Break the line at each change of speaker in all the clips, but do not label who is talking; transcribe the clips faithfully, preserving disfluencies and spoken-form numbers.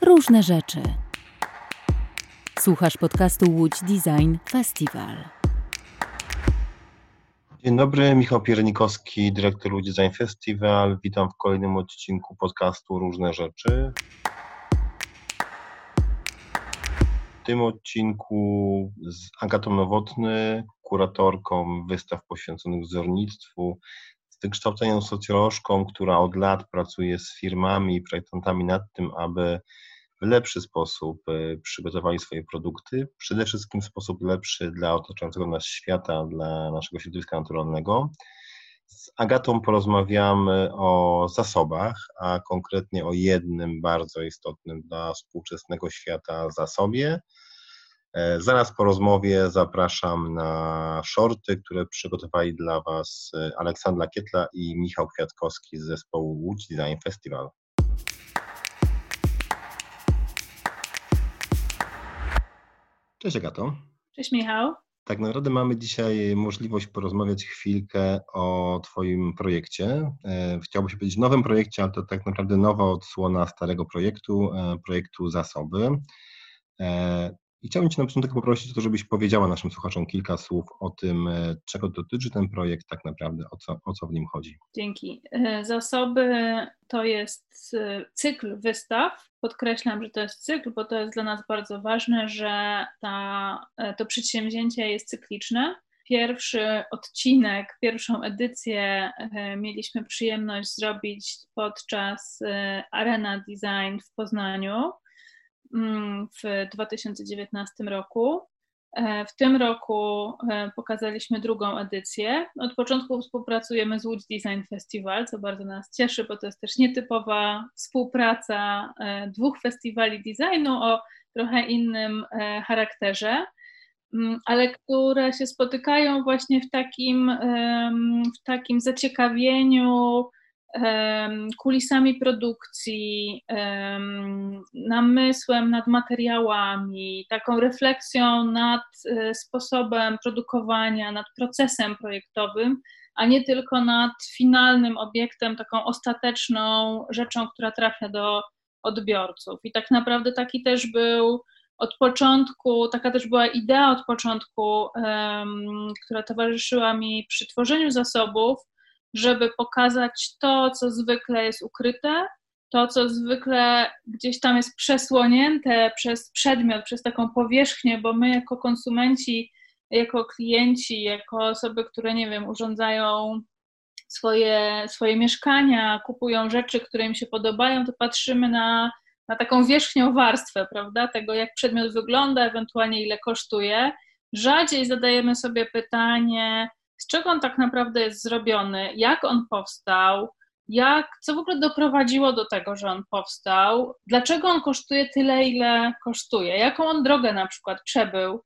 Różne rzeczy. Słuchasz podcastu Łódź Design Festival.
Dzień dobry, Michał Piernikowski, dyrektor Łódź Design Festival. Witam w kolejnym odcinku podcastu Różne rzeczy. W tym odcinku z Agatą Nowotny, kuratorką wystaw poświęconych wzornictwu, z wykształceniem socjolożką, która od lat pracuje z firmami i projektantami nad tym, aby w lepszy sposób przygotowali swoje produkty, przede wszystkim w sposób lepszy dla otaczającego nas świata, dla naszego środowiska naturalnego. Z Agatą porozmawiamy o zasobach, a konkretnie o jednym bardzo istotnym dla współczesnego świata zasobie. Zaraz po rozmowie zapraszam na shorty, które przygotowali dla Was Aleksandra Kietla i Michał Kwiatkowski z zespołu Łódź Design Festival. Cześć Agato.
Cześć Michał.
Tak naprawdę mamy dzisiaj możliwość porozmawiać chwilkę o Twoim projekcie. Chciałoby się powiedzieć nowym projekcie, ale to tak naprawdę nowa odsłona starego projektu, projektu Zasoby. I chciałbym Cię na początek poprosić o to, żebyś powiedziała naszym słuchaczom kilka słów o tym, czego dotyczy ten projekt tak naprawdę, o co, o co w nim chodzi.
Dzięki. Zasoby to jest cykl wystaw. Podkreślam, że to jest cykl, bo to jest dla nas bardzo ważne, że ta, to przedsięwzięcie jest cykliczne. Pierwszy odcinek, pierwszą edycję mieliśmy przyjemność zrobić podczas Arena Design w Poznaniu w dwa tysiące dziewiętnastym roku. W tym roku pokazaliśmy drugą edycję. Od początku współpracujemy z Łódź Design Festival, co bardzo nas cieszy, bo to jest też nietypowa współpraca dwóch festiwali designu o trochę innym charakterze, ale które się spotykają właśnie w takim, w takim zaciekawieniu kulisami produkcji, namysłem nad materiałami, taką refleksją nad sposobem produkowania, nad procesem projektowym, a nie tylko nad finalnym obiektem, taką ostateczną rzeczą, która trafia do odbiorców. I tak naprawdę taki też był od początku, taka też była idea od początku, która towarzyszyła mi przy tworzeniu zasobów, żeby pokazać to, co zwykle jest ukryte, to, co zwykle gdzieś tam jest przesłonięte przez przedmiot, przez taką powierzchnię, bo my jako konsumenci, jako klienci, jako osoby, które, nie wiem, urządzają swoje, swoje mieszkania, kupują rzeczy, które im się podobają, to patrzymy na, na taką wierzchnią warstwę, prawda, tego, jak przedmiot wygląda, ewentualnie ile kosztuje. Rzadziej zadajemy sobie pytanie, z czego on tak naprawdę jest zrobiony, jak on powstał, jak, co w ogóle doprowadziło do tego, że on powstał, dlaczego on kosztuje tyle, ile kosztuje, jaką on drogę na przykład przebył,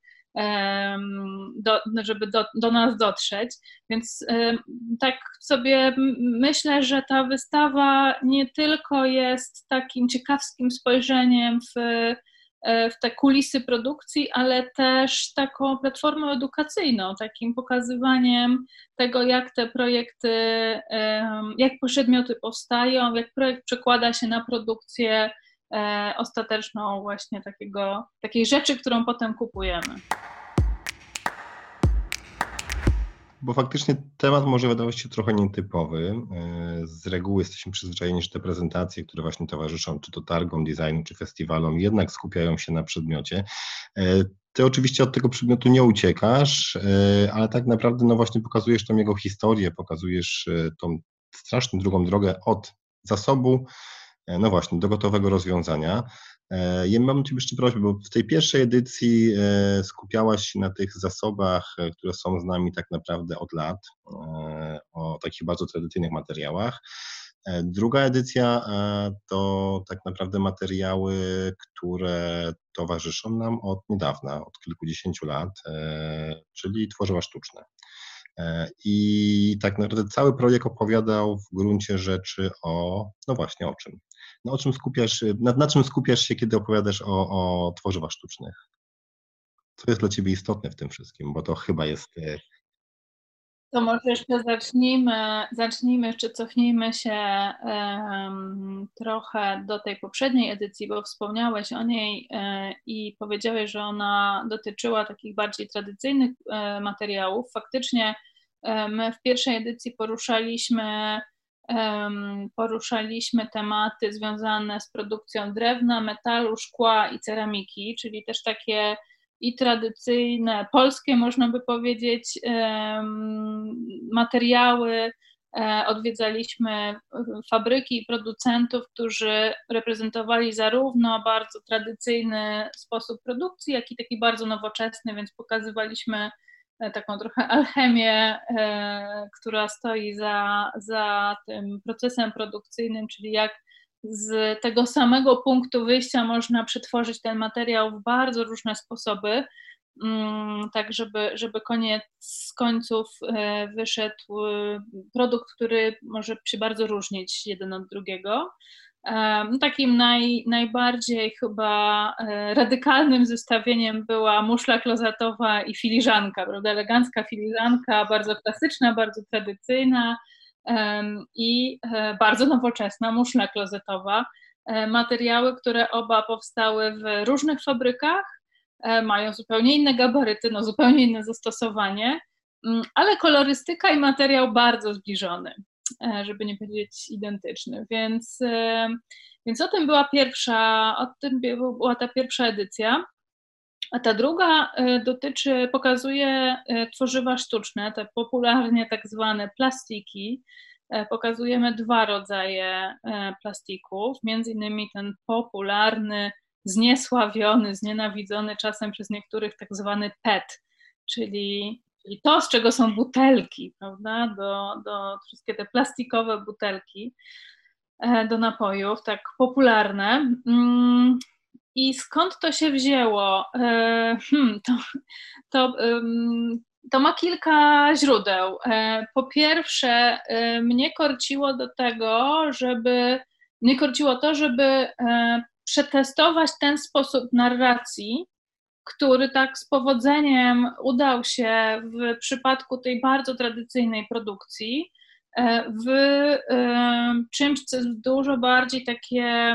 do, żeby do, do nas dotrzeć. Więc tak sobie myślę, że ta wystawa nie tylko jest takim ciekawskim spojrzeniem w w te kulisy produkcji, ale też taką platformą edukacyjną, takim pokazywaniem tego, jak te projekty, jak przedmioty powstają, jak projekt przekłada się na produkcję ostateczną właśnie takiego, takiej rzeczy, którą potem kupujemy.
Bo faktycznie temat może wydawać się trochę nietypowy. Z reguły jesteśmy przyzwyczajeni, że te prezentacje, które właśnie towarzyszą czy to targom designu, czy festiwalom, jednak skupiają się na przedmiocie. Ty oczywiście od tego przedmiotu nie uciekasz, ale tak naprawdę no właśnie pokazujesz tą jego historię, pokazujesz tą straszną drugą drogę od zasobu, no właśnie, do gotowego rozwiązania. Ja mam Ciebie jeszcze prośbę, bo w tej pierwszej edycji skupiałaś się na tych zasobach, które są z nami tak naprawdę od lat, o takich bardzo tradycyjnych materiałach. Druga edycja to tak naprawdę materiały, które towarzyszą nam od niedawna, od kilkudziesięciu lat, czyli tworzywa sztuczne. I tak naprawdę cały projekt opowiadał w gruncie rzeczy o, no właśnie o czym? No o czym skupiasz, nad, na czym skupiasz się, kiedy opowiadasz o, o tworzywach sztucznych? Co jest dla Ciebie istotne w tym wszystkim? Bo to chyba jest
To może jeszcze zacznijmy, zacznijmy jeszcze cofnijmy się um, trochę do tej poprzedniej edycji, bo wspomniałeś o niej e, i powiedziałeś, że ona dotyczyła takich bardziej tradycyjnych e, materiałów. Faktycznie e, my w pierwszej edycji poruszaliśmy, em, poruszaliśmy tematy związane z produkcją drewna, metalu, szkła i ceramiki, czyli też takie i tradycyjne, polskie można by powiedzieć, materiały. Odwiedzaliśmy fabryki i producentów, którzy reprezentowali zarówno bardzo tradycyjny sposób produkcji, jak i taki bardzo nowoczesny, więc pokazywaliśmy taką trochę alchemię, która stoi za, za tym procesem produkcyjnym, czyli jak z tego samego punktu wyjścia można przetworzyć ten materiał w bardzo różne sposoby, tak żeby, żeby koniec końców wyszedł produkt, który może się bardzo różnić jeden od drugiego. Takim naj, najbardziej chyba radykalnym zestawieniem była muszla klozetowa i filiżanka, prawda? Elegancka filiżanka, bardzo klasyczna, bardzo tradycyjna, i bardzo nowoczesna muszla klozetowa. Materiały, które oba powstały w różnych fabrykach, mają zupełnie inne gabaryty, no zupełnie inne zastosowanie, ale kolorystyka i materiał bardzo zbliżony, żeby nie powiedzieć identyczny. Więc, więc o tym była pierwsza, o tym była ta pierwsza edycja. A ta druga dotyczy, pokazuje tworzywa sztuczne, te popularnie tak zwane plastiki. Pokazujemy dwa rodzaje plastików, między innymi ten popularny, zniesławiony, znienawidzony czasem przez niektórych tak zwany P E T, czyli, czyli to, z czego są butelki, prawda, do, do wszystkie te plastikowe butelki do napojów, tak popularne. I skąd to się wzięło? Hmm, to, to, to ma kilka źródeł. Po pierwsze, mnie korciło do tego, żeby, mnie korciło to, żeby przetestować ten sposób narracji, który tak z powodzeniem udał się w przypadku tej bardzo tradycyjnej produkcji, w czymś, co jest dużo bardziej takie...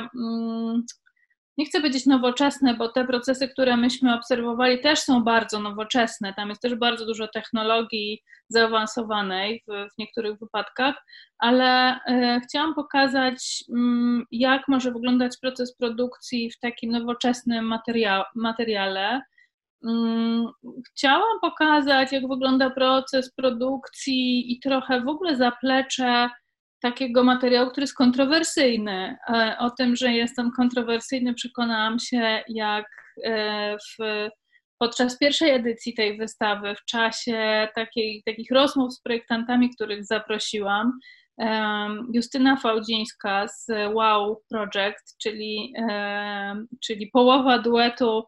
Nie chcę powiedzieć nowoczesne, bo te procesy, które myśmy obserwowali, też są bardzo nowoczesne. Tam jest też bardzo dużo technologii zaawansowanej w, w niektórych wypadkach, ale e, chciałam pokazać, m, jak może wyglądać proces produkcji w takim nowoczesnym materia- materiale. M, chciałam pokazać, jak wygląda proces produkcji i trochę w ogóle zaplecze takiego materiału, który jest kontrowersyjny. O tym, że jest on kontrowersyjny, przekonałam się, jak w, podczas pierwszej edycji tej wystawy, w czasie takiej, takich rozmów z projektantami, których zaprosiłam. Justyna Fałdzińska z Wow Project, czyli, czyli połowa duetu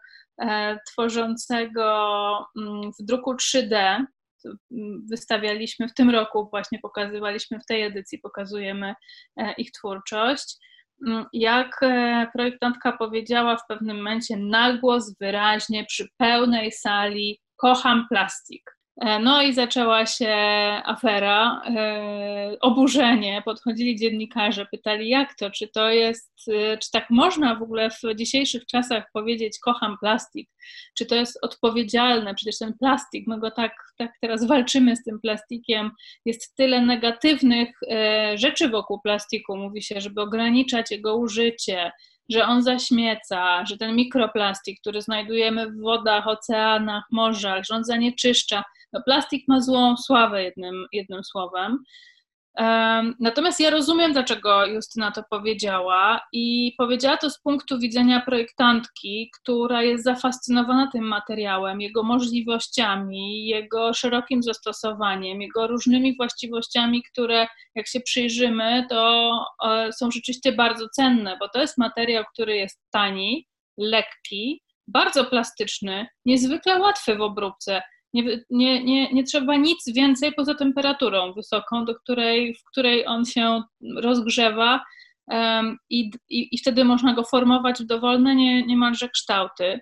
tworzącego w druku trzy D, wystawialiśmy w tym roku, właśnie pokazywaliśmy w tej edycji, pokazujemy ich twórczość. Jak projektantka powiedziała w pewnym momencie na głos, wyraźnie, przy pełnej sali: kocham plastik. No i zaczęła się afera, oburzenie, podchodzili dziennikarze, pytali, jak to, czy to jest, czy tak można w ogóle w dzisiejszych czasach powiedzieć kocham plastik, czy to jest odpowiedzialne, przecież ten plastik, my go tak, tak teraz walczymy z tym plastikiem, jest tyle negatywnych rzeczy wokół plastiku, mówi się, żeby ograniczać jego użycie, że on zaśmieca, że ten mikroplastik, który znajdujemy w wodach, oceanach, morzach, że on zanieczyszcza. No, plastik ma złą sławę, jednym, jednym słowem. Um, natomiast ja rozumiem, dlaczego Justyna to powiedziała i powiedziała to z punktu widzenia projektantki, która jest zafascynowana tym materiałem, jego możliwościami, jego szerokim zastosowaniem, jego różnymi właściwościami, które jak się przyjrzymy, to e, są rzeczywiście bardzo cenne, bo to jest materiał, który jest tani, lekki, bardzo plastyczny, niezwykle łatwy w obróbce. Nie, nie, nie, nie trzeba nic więcej poza temperaturą wysoką, do której, w której on się rozgrzewa um, i, i, i wtedy można go formować w dowolne nie, niemalże kształty.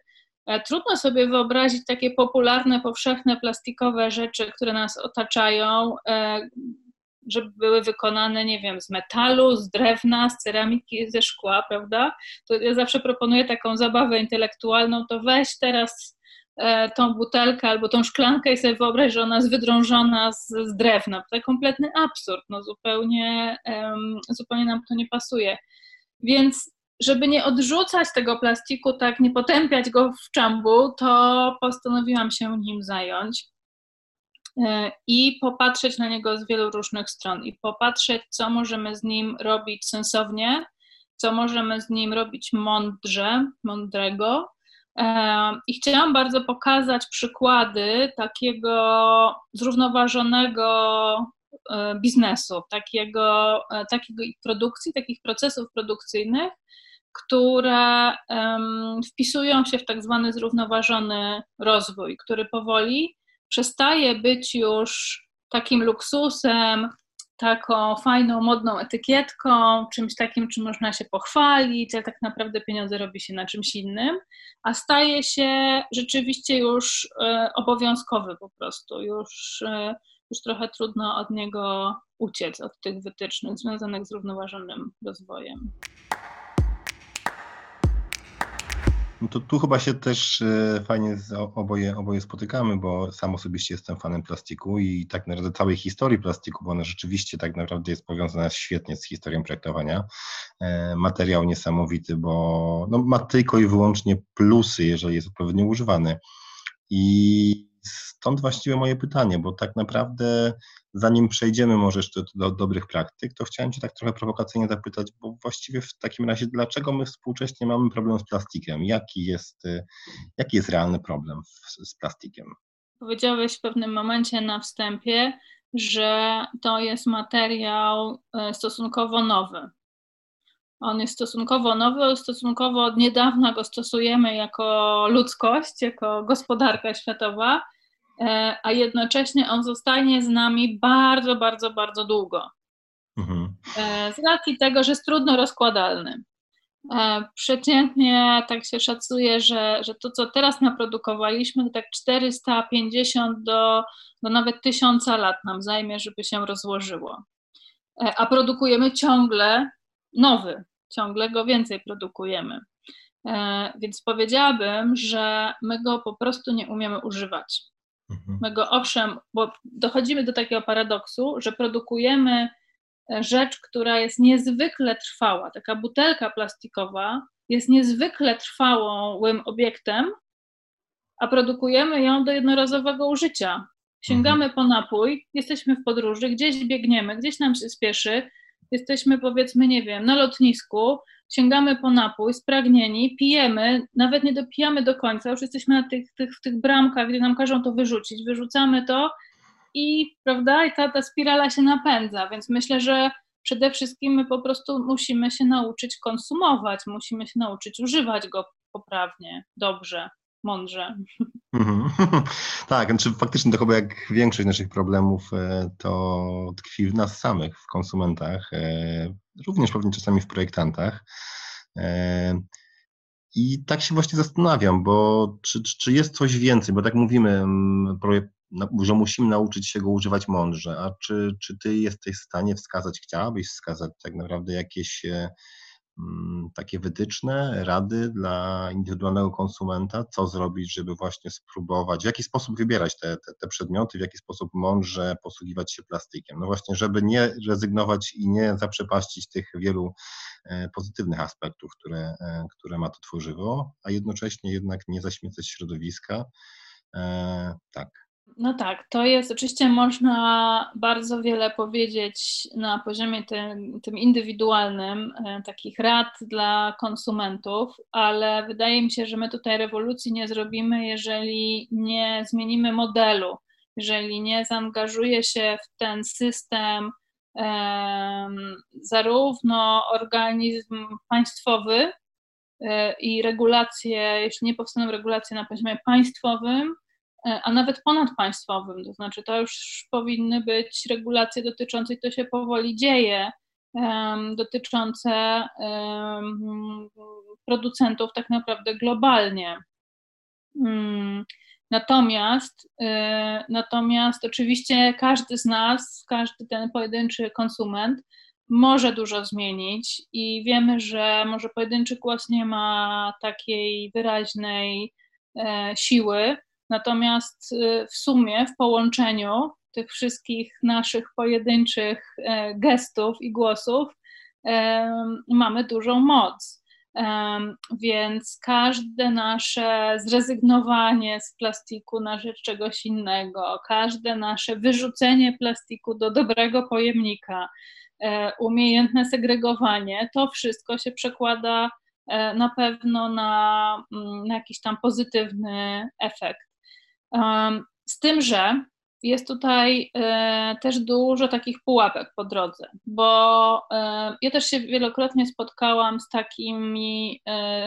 Trudno sobie wyobrazić takie popularne, powszechne, plastikowe rzeczy, które nas otaczają, żeby były wykonane, nie wiem, z metalu, z drewna, z ceramiki, ze szkła, prawda? To ja zawsze proponuję taką zabawę intelektualną, to weź teraz tą butelkę albo tą szklankę i sobie wyobraź, że ona jest wydrążona z, z drewna. To kompletny absurd, no zupełnie, um, zupełnie nam to nie pasuje. Więc żeby nie odrzucać tego plastiku, tak, nie potępiać go w czambu, to postanowiłam się nim zająć i popatrzeć na niego z wielu różnych stron i popatrzeć, co możemy z nim robić sensownie, co możemy z nim robić mądrze, mądrego. I chciałam bardzo pokazać przykłady takiego zrównoważonego biznesu, takiego, takiej produkcji, takich procesów produkcyjnych, które um, wpisują się w tak zwany zrównoważony rozwój, który powoli przestaje być już takim luksusem, taką fajną, modną etykietką, czymś takim, czym można się pochwalić, a tak naprawdę pieniądze robi się na czymś innym, a staje się rzeczywiście już e, obowiązkowy po prostu, już, e, już trochę trudno od niego uciec, od tych wytycznych związanych z zrównoważonym rozwojem.
No to tu chyba się też fajnie oboje, oboje spotykamy, bo sam osobiście jestem fanem plastiku i tak naprawdę całej historii plastiku, bo ona rzeczywiście tak naprawdę jest powiązana świetnie z historią projektowania. Materiał niesamowity, bo no, ma tylko i wyłącznie plusy, jeżeli jest odpowiednio używany. I stąd właściwie moje pytanie, bo tak naprawdę zanim przejdziemy może jeszcze do dobrych praktyk, to chciałem Cię tak trochę prowokacyjnie zapytać, bo właściwie w takim razie dlaczego my współcześnie mamy problem z plastikiem? Jaki jest, jaki jest realny problem z, z plastikiem?
Powiedziałeś w pewnym momencie na wstępie, że to jest materiał stosunkowo nowy. On jest stosunkowo nowy, stosunkowo od niedawna go stosujemy jako ludzkość, jako gospodarka światowa, a jednocześnie on zostanie z nami bardzo, bardzo, bardzo długo. Mhm. Z racji tego, że jest trudno rozkładalny. Przeciętnie tak się szacuje, że, że to, co teraz naprodukowaliśmy, to tak czterysta pięćdziesiąt do, do nawet tysiąc lat nam zajmie, żeby się rozłożyło. A produkujemy ciągle nowy, ciągle go więcej produkujemy. Więc powiedziałabym, że my go po prostu nie umiemy używać. My go owszem, bo dochodzimy do takiego paradoksu, że produkujemy rzecz, która jest niezwykle trwała. Taka butelka plastikowa jest niezwykle trwałym obiektem, a produkujemy ją do jednorazowego użycia. Sięgamy po napój, jesteśmy w podróży, gdzieś biegniemy, gdzieś nam się spieszy, jesteśmy powiedzmy, nie wiem, na lotnisku, sięgamy po napój, spragnieni, pijemy, nawet nie dopijamy do końca, już jesteśmy na tych, tych, w tych bramkach, gdzie nam każą to wyrzucić, wyrzucamy to i, prawda, i ta, ta spirala się napędza, więc myślę, że przede wszystkim my po prostu musimy się nauczyć konsumować, musimy się nauczyć używać go poprawnie, dobrze, mądrze.
Mhm. Tak, znaczy faktycznie to chyba jak większość naszych problemów to tkwi w nas samych, w konsumentach, również pewnie czasami w projektantach. I tak się właśnie zastanawiam, bo czy, czy jest coś więcej, bo tak mówimy, że musimy nauczyć się go używać mądrze, a czy, czy ty jesteś w stanie wskazać, chciałabyś wskazać tak naprawdę jakieś takie wytyczne, rady dla indywidualnego konsumenta, co zrobić, żeby właśnie spróbować, w jaki sposób wybierać te, te, te przedmioty, w jaki sposób mądrze posługiwać się plastikiem. No właśnie, żeby nie rezygnować i nie zaprzepaścić tych wielu pozytywnych aspektów, które, które ma to tworzywo, a jednocześnie jednak nie zaśmiecać środowiska. Tak.
No tak, to jest, oczywiście można bardzo wiele powiedzieć na poziomie tym, tym indywidualnym, takich rad dla konsumentów, ale wydaje mi się, że my tutaj rewolucji nie zrobimy, jeżeli nie zmienimy modelu, jeżeli nie zaangażuje się w ten system um, zarówno organizm państwowy um, i regulacje, jeśli nie powstaną regulacje na poziomie państwowym, a nawet ponadpaństwowym, to znaczy to już powinny być regulacje dotyczące, i to się powoli dzieje, um, dotyczące um, producentów tak naprawdę globalnie. Natomiast, natomiast oczywiście każdy z nas, każdy ten pojedynczy konsument może dużo zmienić i wiemy, że może pojedynczy głos nie ma takiej wyraźnej siły, natomiast w sumie, w połączeniu tych wszystkich naszych pojedynczych gestów i głosów mamy dużą moc. Więc każde nasze zrezygnowanie z plastiku na rzecz czegoś innego, każde nasze wyrzucenie plastiku do dobrego pojemnika, umiejętne segregowanie, to wszystko się przekłada na pewno na, na jakiś tam pozytywny efekt. Z tym, że jest tutaj też dużo takich pułapek po drodze, bo ja też się wielokrotnie spotkałam z takimi,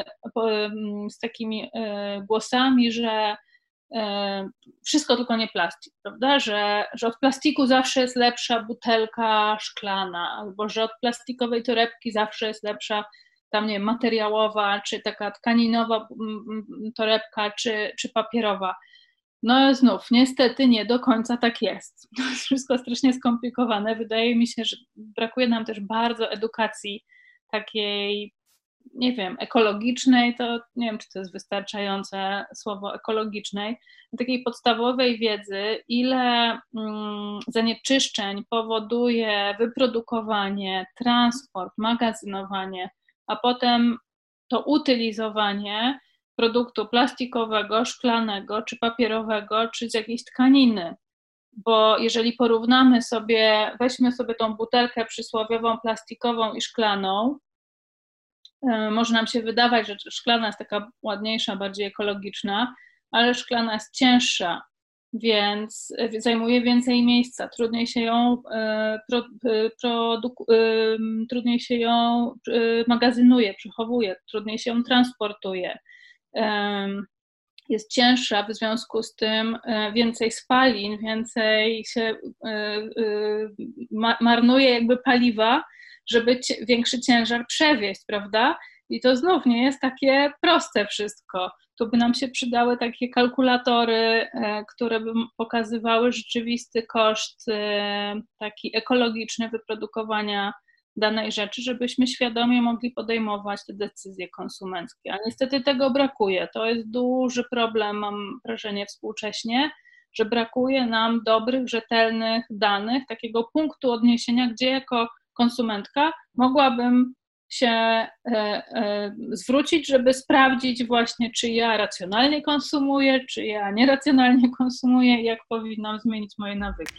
z takimi głosami, że wszystko tylko nie plastik, prawda? Że, że od plastiku zawsze jest lepsza butelka szklana, albo że od plastikowej torebki zawsze jest lepsza tam, nie wiem, materiałowa, czy taka tkaninowa torebka, czy, czy papierowa. No znów, niestety nie do końca tak jest. To jest wszystko strasznie skomplikowane. Wydaje mi się, że brakuje nam też bardzo edukacji takiej, nie wiem, ekologicznej, to nie wiem, czy to jest wystarczające słowo ekologicznej, takiej podstawowej wiedzy, ile mm, zanieczyszczeń powoduje wyprodukowanie, transport, magazynowanie, a potem to utylizowanie produktu plastikowego, szklanego, czy papierowego, czy z jakiejś tkaniny. Bo jeżeli porównamy sobie, weźmy sobie tą butelkę przysłowiową, plastikową i szklaną, może nam się wydawać, że szklana jest taka ładniejsza, bardziej ekologiczna, ale szklana jest cięższa, więc zajmuje więcej miejsca, trudniej się ją, pro, produku, trudniej się ją magazynuje, przechowuje, trudniej się ją transportuje. Jest cięższa, w związku z tym więcej spalin, więcej się marnuje jakby paliwa, żeby większy ciężar przewieźć, prawda? I to znów nie jest takie proste wszystko. Tu by nam się przydały takie kalkulatory, które by pokazywały rzeczywisty koszt taki ekologiczny wyprodukowania danej rzeczy, żebyśmy świadomie mogli podejmować te decyzje konsumenckie. A niestety tego brakuje. To jest duży problem, mam wrażenie, współcześnie, że brakuje nam dobrych, rzetelnych danych, takiego punktu odniesienia, gdzie jako konsumentka mogłabym się e, e, zwrócić, żeby sprawdzić właśnie, czy ja racjonalnie konsumuję, czy ja nieracjonalnie konsumuję i jak powinnam zmienić moje nawyki.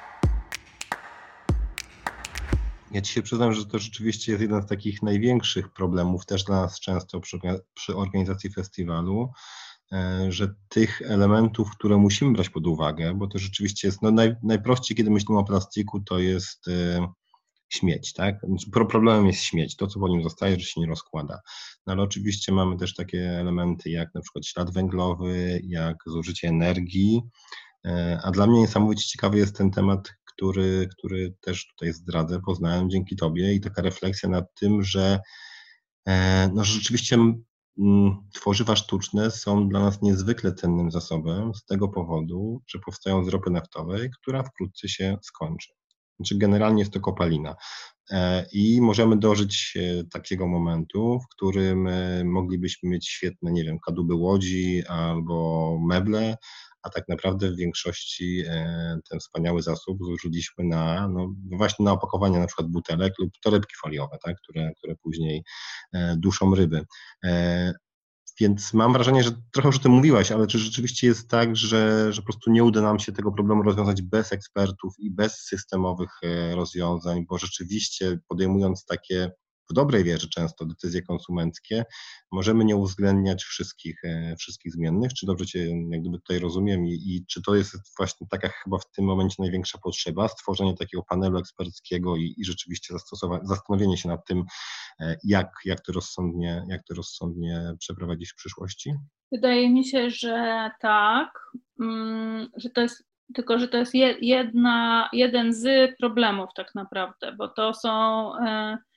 Ja Ci się przyznam, że to rzeczywiście jest jeden z takich największych problemów też dla nas często przy, przy organizacji festiwalu, że tych elementów, które musimy brać pod uwagę, bo to rzeczywiście jest, no naj, najprościej, kiedy myślimy o plastiku, to jest y, śmieć, tak? Problemem jest śmieć, to co po nim zostaje, że się nie rozkłada. No ale oczywiście mamy też takie elementy jak na przykład ślad węglowy, jak zużycie energii, a dla mnie niesamowicie ciekawy jest ten temat, który, który też tutaj zdradzę, poznałem dzięki Tobie i taka refleksja nad tym, że no rzeczywiście tworzywa sztuczne są dla nas niezwykle cennym zasobem z tego powodu, że powstają z ropy naftowej, która wkrótce się skończy. Znaczy generalnie jest to kopalina i możemy dożyć takiego momentu, w którym moglibyśmy mieć świetne, nie wiem, kadłuby łodzi albo meble, a tak naprawdę w większości ten wspaniały zasób zużyliśmy na, no właśnie na opakowanie na przykład butelek lub torebki foliowe, tak, które, które później duszą ryby. Więc mam wrażenie, że trochę już o tym mówiłaś, ale czy rzeczywiście jest tak, że, że po prostu nie uda nam się tego problemu rozwiązać bez ekspertów i bez systemowych rozwiązań, bo rzeczywiście podejmując takie w dobrej wierze często decyzje konsumenckie, możemy nie uwzględniać wszystkich, wszystkich zmiennych. Czy dobrze Cię jak gdyby tutaj rozumiem i, i czy to jest właśnie taka chyba w tym momencie największa potrzeba, stworzenie takiego panelu eksperckiego i, i rzeczywiście zastosować, zastanowienie się nad tym, jak, jak, to rozsądnie, jak to rozsądnie przeprowadzić w przyszłości?
Wydaje mi się, że tak, że to jest tylko, że to jest jedna, jeden z problemów tak naprawdę, bo to są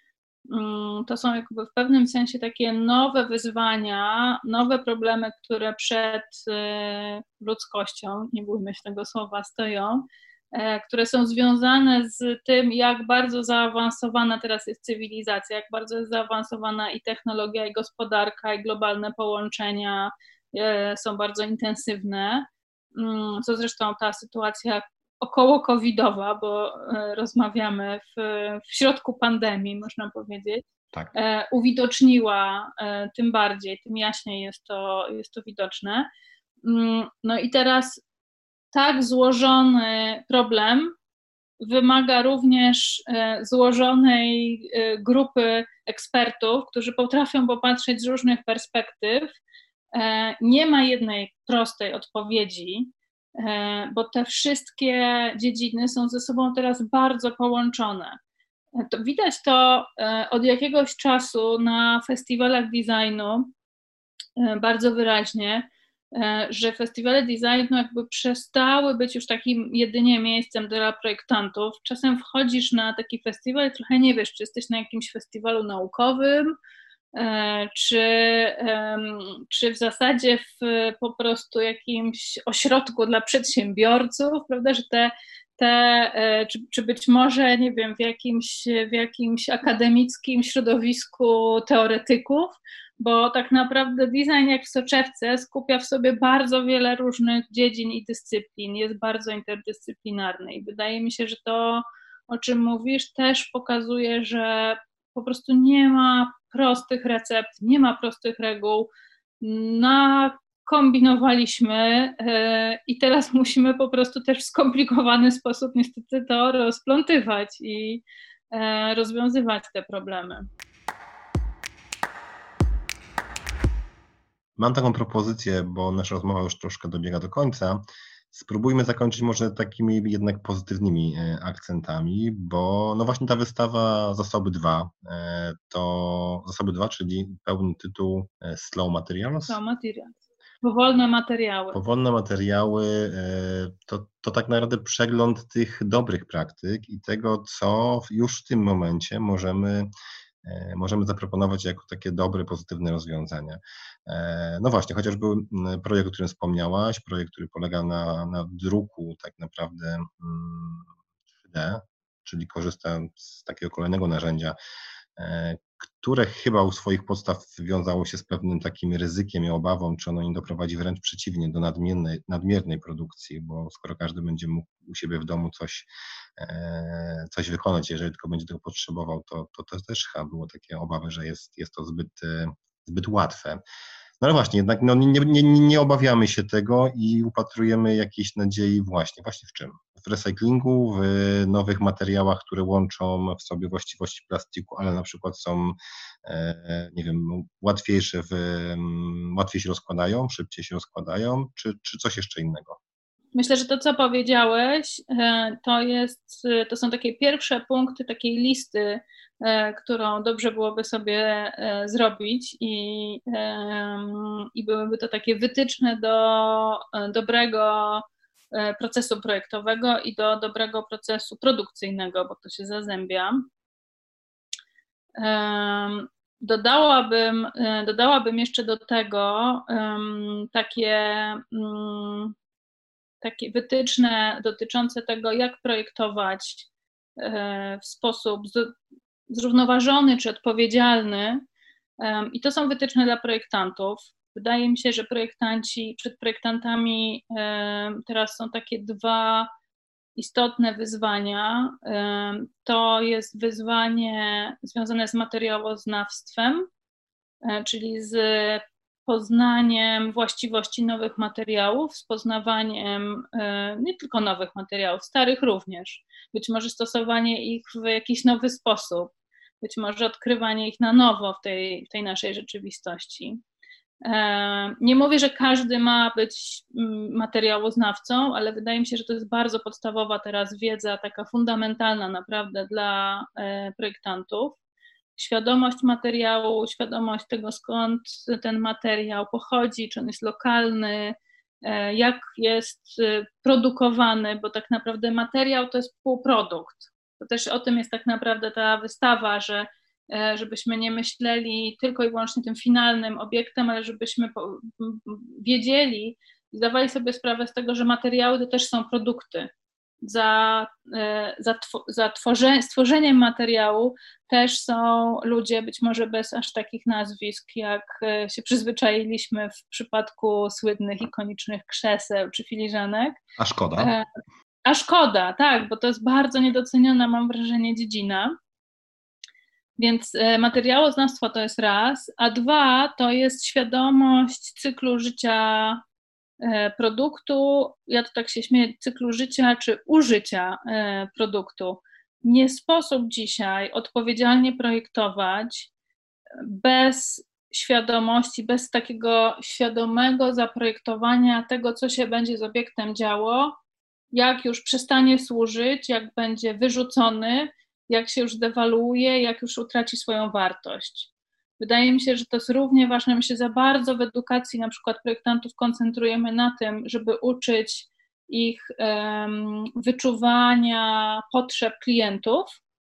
To są jakby w pewnym sensie takie nowe wyzwania, nowe problemy, które przed ludzkością, nie bójmy się tego słowa, stoją, które są związane z tym, jak bardzo zaawansowana teraz jest cywilizacja, jak bardzo jest zaawansowana i technologia, i gospodarka, i globalne połączenia są bardzo intensywne, co zresztą ta sytuacja około covidowa, bo rozmawiamy w, w środku pandemii, można powiedzieć,
tak.
uwidoczniła tym bardziej, tym jaśniej jest to, jest to widoczne. No i teraz tak złożony problem wymaga również złożonej grupy ekspertów, którzy potrafią popatrzeć z różnych perspektyw. Nie ma jednej prostej odpowiedzi, bo te wszystkie dziedziny są ze sobą teraz bardzo połączone. To widać to od jakiegoś czasu na festiwalach designu bardzo wyraźnie, że festiwale designu jakby przestały być już takim jedynie miejscem dla projektantów. Czasem wchodzisz na taki festiwal i trochę nie wiesz, czy jesteś na jakimś festiwalu naukowym, czy, czy w zasadzie w po prostu jakimś ośrodku dla przedsiębiorców, prawda, że te, te czy, czy być może, nie wiem, w jakimś, w jakimś akademickim środowisku teoretyków, bo tak naprawdę design jak w soczewce skupia w sobie bardzo wiele różnych dziedzin i dyscyplin, jest bardzo interdyscyplinarny i wydaje mi się, że to, o czym mówisz, też pokazuje, że po prostu nie ma prostych recept, nie ma prostych reguł. Nakombinowaliśmy i teraz musimy po prostu też w skomplikowany sposób niestety to rozplątywać i rozwiązywać te problemy.
Mam taką propozycję, bo nasza rozmowa już troszkę dobiega do końca. Spróbujmy zakończyć może takimi jednak pozytywnymi akcentami, bo no właśnie ta wystawa Zasoby dwa, to Zasoby dwa, czyli pełny tytuł Slow Materials.
Slow Materials. Powolne materiały.
Powolne materiały to, to tak naprawdę przegląd tych dobrych praktyk i tego, co już w tym momencie możemy możemy zaproponować jako takie dobre, pozytywne rozwiązania. No właśnie, chociażby projekt, o którym wspomniałaś, projekt, który polega na, na druku tak naprawdę trzy D, czyli korzysta z takiego kolejnego narzędzia, które chyba u swoich podstaw wiązało się z pewnym takim ryzykiem i obawą, czy ono nie doprowadzi wręcz przeciwnie do nadmiernej, nadmiernej produkcji, bo skoro każdy będzie mógł u siebie w domu coś, coś wykonać, jeżeli tylko będzie tego potrzebował, to, to, to też chyba było takie obawy, że jest, jest to zbyt, zbyt łatwe. No ale właśnie, jednak no, nie, nie, nie obawiamy się tego i upatrujemy jakiejś nadziei właśnie. Właśnie w czym? W recyklingu, w nowych materiałach, które łączą w sobie właściwości plastiku, ale na przykład są, nie wiem, łatwiejsze, w, łatwiej się rozkładają, szybciej się rozkładają, czy, czy coś jeszcze innego?
Myślę, że to, co powiedziałeś, to, jest, to są takie pierwsze punkty takiej listy, którą dobrze byłoby sobie zrobić i, i byłyby to takie wytyczne do dobrego procesu projektowego i do dobrego procesu produkcyjnego, bo to się zazębia. Dodałabym, dodałabym jeszcze do tego takie takie wytyczne dotyczące tego, jak projektować w sposób zrównoważony czy odpowiedzialny. I to są wytyczne dla projektantów. Wydaje mi się, że projektanci, przed projektantami teraz są takie dwa istotne wyzwania. To jest wyzwanie związane z materiałoznawstwem, czyli z poznaniem właściwości nowych materiałów, z poznawaniem nie tylko nowych materiałów, starych również, być może stosowanie ich w jakiś nowy sposób, być może odkrywanie ich na nowo w tej, w tej naszej rzeczywistości. Nie mówię, że każdy ma być materiałoznawcą, ale wydaje mi się, że to jest bardzo podstawowa teraz wiedza, taka fundamentalna naprawdę dla projektantów. Świadomość materiału, świadomość tego, skąd ten materiał pochodzi, czy on jest lokalny, jak jest produkowany, bo tak naprawdę materiał to jest półprodukt. To też o tym jest tak naprawdę ta wystawa, że żebyśmy nie myśleli tylko i wyłącznie tym finalnym obiektem, ale żebyśmy wiedzieli i zdawali sobie sprawę z tego, że materiały to też są produkty. Za, za, za tworze, stworzeniem materiału też są ludzie, być może bez aż takich nazwisk, jak się przyzwyczailiśmy w przypadku słynnych, ikonicznych krzeseł czy filiżanek.
A szkoda.
A szkoda, tak, bo to jest bardzo niedoceniona, mam wrażenie, dziedzina. Więc materiałoznawstwo to jest raz, a dwa to jest świadomość cyklu życia produktu, ja to tak się śmieję, cyklu życia czy użycia produktu. Nie sposób dzisiaj odpowiedzialnie projektować bez świadomości, bez takiego świadomego zaprojektowania tego, co się będzie z obiektem działo, jak już przestanie służyć, jak będzie wyrzucony, jak się już dewaluuje, jak już utraci swoją wartość. Wydaje mi się, że to jest równie ważne. My się za bardzo w edukacji na przykład projektantów koncentrujemy na tym, żeby uczyć ich um, wyczuwania potrzeb klientów,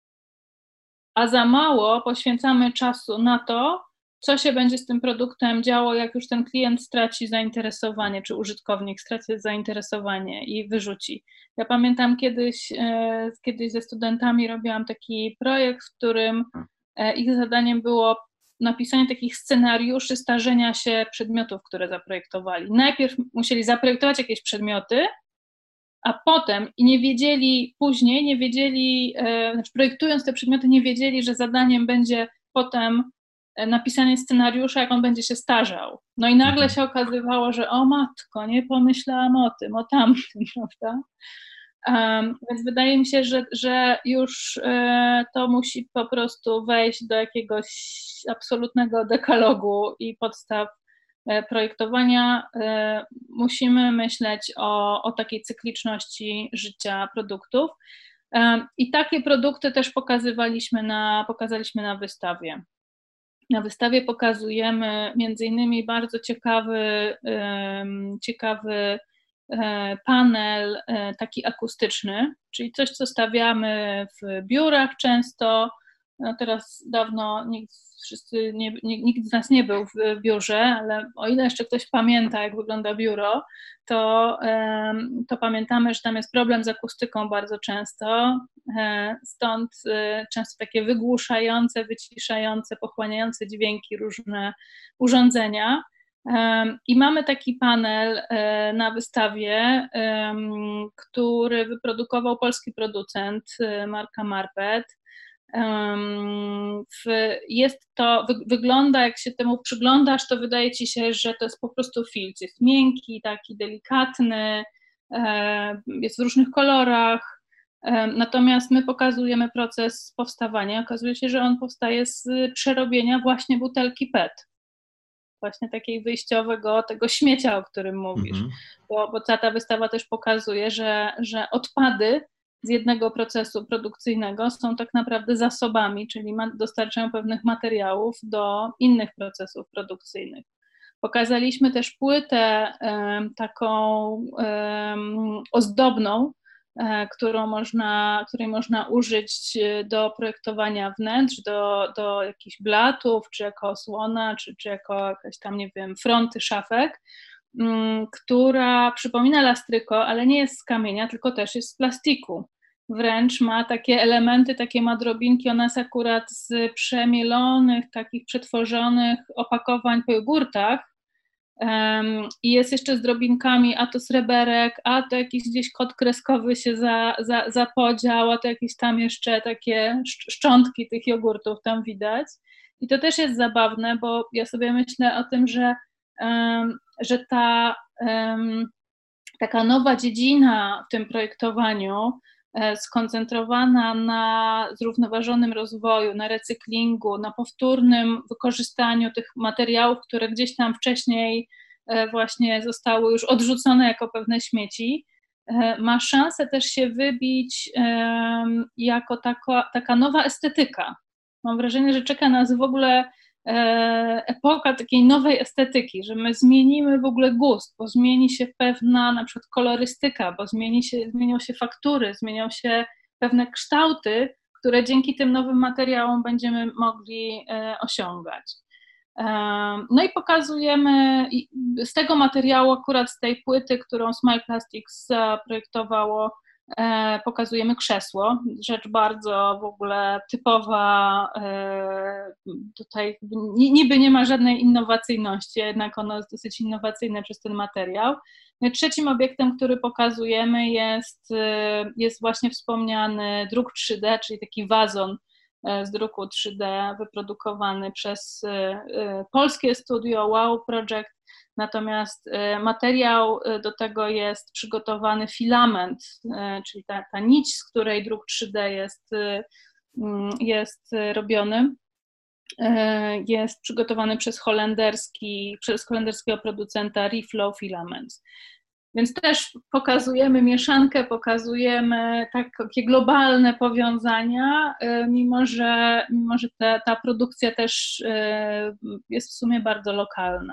a za mało poświęcamy czasu na to, co się będzie z tym produktem działo, jak już ten klient straci zainteresowanie, czy użytkownik straci zainteresowanie i wyrzuci. Ja pamiętam kiedyś, e, kiedyś ze studentami robiłam taki projekt, w którym e, ich zadaniem było napisanie takich scenariuszy starzenia się przedmiotów, które zaprojektowali. Najpierw musieli zaprojektować jakieś przedmioty, a potem i nie wiedzieli później, nie wiedzieli, e, znaczy projektując te przedmioty, nie wiedzieli, że zadaniem będzie potem napisanie scenariusza, jak on będzie się starzał. No i nagle się okazywało, że o matko, nie pomyślałam o tym, o tamtym, prawda? Um, więc wydaje mi się, że, że już e, to musi po prostu wejść do jakiegoś absolutnego dekalogu i podstaw e, projektowania. E, musimy myśleć o, o takiej cykliczności życia produktów. E, I takie produkty też pokazywaliśmy na, pokazaliśmy na wystawie. Na wystawie pokazujemy między innymi bardzo ciekawy, ciekawy panel taki akustyczny, czyli coś, co stawiamy w biurach często. No teraz dawno nikt, wszyscy nie, nikt z nas nie był w biurze, ale o ile jeszcze ktoś pamięta, jak wygląda biuro, to, to pamiętamy, że tam jest problem z akustyką bardzo często, stąd często takie wygłuszające, wyciszające, pochłaniające dźwięki różne urządzenia. I mamy taki panel na wystawie, który wyprodukował polski producent, marka Marpet. Jest to, wygląda, jak się temu przyglądasz, to wydaje ci się, że to jest po prostu filc. Jest miękki, taki delikatny, jest w różnych kolorach. Natomiast my pokazujemy proces powstawania. Okazuje się, że on powstaje z przerobienia właśnie butelki P E T. Właśnie takiego wyjściowego, tego śmiecia, o którym mówisz. Mm-hmm. Bo, bo cała ta wystawa też pokazuje, że, że odpady z jednego procesu produkcyjnego są tak naprawdę zasobami, czyli ma, dostarczają pewnych materiałów do innych procesów produkcyjnych. Pokazaliśmy też płytę um, taką um, ozdobną, Którą można, której można użyć do projektowania wnętrz, do, do jakichś blatów, czy jako osłona, czy, czy jako jakaś tam, nie wiem, fronty szafek, która przypomina lastryko, ale nie jest z kamienia, tylko też jest z plastiku. Wręcz ma takie elementy, takie ma drobinki, ona jest akurat z przemielonych, takich przetworzonych opakowań po jogurtach, Um, i jest jeszcze z drobinkami, a to sreberek, a to jakiś gdzieś kod kreskowy się za, za, zapodział, a to jakieś tam jeszcze takie szczątki tych jogurtów tam widać. I to też jest zabawne, bo ja sobie myślę o tym, że, um, że ta um, taka nowa dziedzina w tym projektowaniu, skoncentrowana na zrównoważonym rozwoju, na recyklingu, na powtórnym wykorzystaniu tych materiałów, które gdzieś tam wcześniej właśnie zostały już odrzucone jako pewne śmieci, ma szansę też się wybić jako taka, taka nowa estetyka. Mam wrażenie, że czeka nas w ogóle epoka takiej nowej estetyki, że my zmienimy w ogóle gust, bo zmieni się pewna na przykład kolorystyka, bo zmieni się, zmienią się faktury, zmienią się pewne kształty, które dzięki tym nowym materiałom będziemy mogli osiągać. No i pokazujemy z tego materiału, akurat z tej płyty, którą Smile Plastics zaprojektowało, pokazujemy krzesło, rzecz bardzo w ogóle typowa, tutaj niby nie ma żadnej innowacyjności, jednak ono jest dosyć innowacyjne przez ten materiał. Trzecim obiektem, który pokazujemy jest, jest właśnie wspomniany druk trzy D, czyli taki wazon z druku trzy D wyprodukowany przez polskie studio Wow Project, natomiast materiał do tego jest przygotowany filament, czyli ta, ta nić, z której druk trzy D jest, jest robiony, jest przygotowany przez holenderski, przez holenderskiego producenta Reflow Filaments. Więc też pokazujemy mieszankę, pokazujemy takie globalne powiązania, mimo że, mimo że ta, ta produkcja też jest w sumie bardzo lokalna.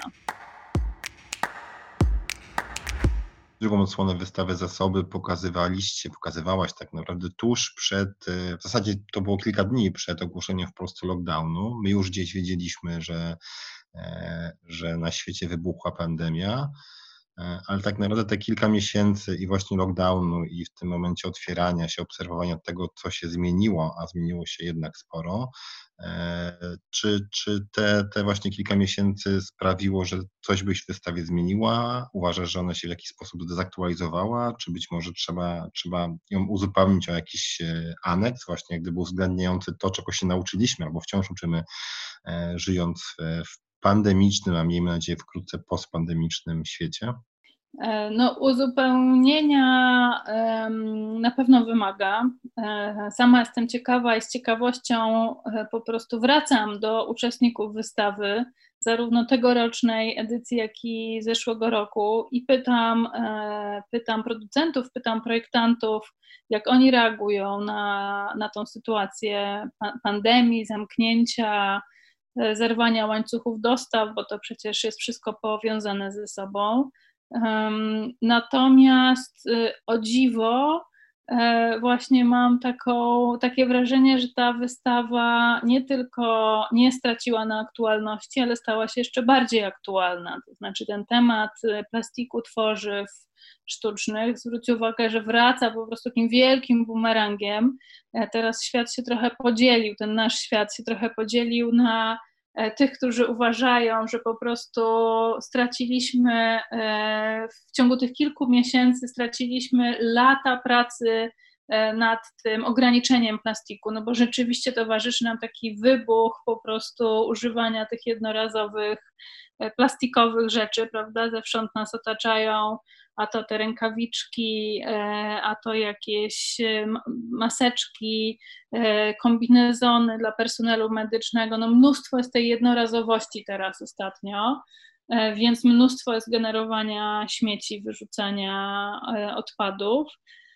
Drugą odsłonę wystawy Zasoby pokazywaliście, pokazywałaś tak naprawdę tuż przed, w zasadzie to było kilka dni przed ogłoszeniem w Polsce lockdownu. My już gdzieś wiedzieliśmy, że, że na świecie wybuchła pandemia, ale tak naprawdę te kilka miesięcy i właśnie lockdownu i w tym momencie otwierania się, obserwowania tego, co się zmieniło, a zmieniło się jednak sporo, czy, czy te, te właśnie kilka miesięcy sprawiło, że coś byś w wystawie zmieniła? Uważasz, że ona się w jakiś sposób dezaktualizowała, czy być może trzeba, trzeba ją uzupełnić o jakiś aneks, właśnie jak gdyby uwzględniający to, czego się nauczyliśmy albo wciąż uczymy, żyjąc w pandemicznym, a miejmy nadzieję wkrótce postpandemicznym świecie?
No, uzupełnienia na pewno wymaga. Sama jestem ciekawa i z ciekawością po prostu wracam do uczestników wystawy, zarówno tegorocznej edycji, jak i zeszłego roku, i pytam, pytam producentów, pytam projektantów, jak oni reagują na, na tą sytuację pandemii, zamknięcia, zerwania łańcuchów dostaw, bo to przecież jest wszystko powiązane ze sobą. Natomiast o dziwo właśnie mam taką, takie wrażenie, że ta wystawa nie tylko nie straciła na aktualności, ale stała się jeszcze bardziej aktualna. To znaczy ten temat plastiku, tworzyw sztucznych, zwróć uwagę, że wraca po prostu takim wielkim bumerangiem. Teraz świat się trochę podzielił, ten nasz świat się trochę podzielił na tych, którzy uważają, że po prostu straciliśmy w ciągu tych kilku miesięcy, straciliśmy lata pracy nad tym ograniczeniem plastiku, no bo rzeczywiście towarzyszy nam taki wybuch po prostu używania tych jednorazowych plastikowych rzeczy, prawda, zewsząd nas otaczają, a to te rękawiczki, a to jakieś maseczki, kombinezony dla personelu medycznego, no mnóstwo jest tej jednorazowości teraz ostatnio, więc mnóstwo jest generowania śmieci, wyrzucania odpadów.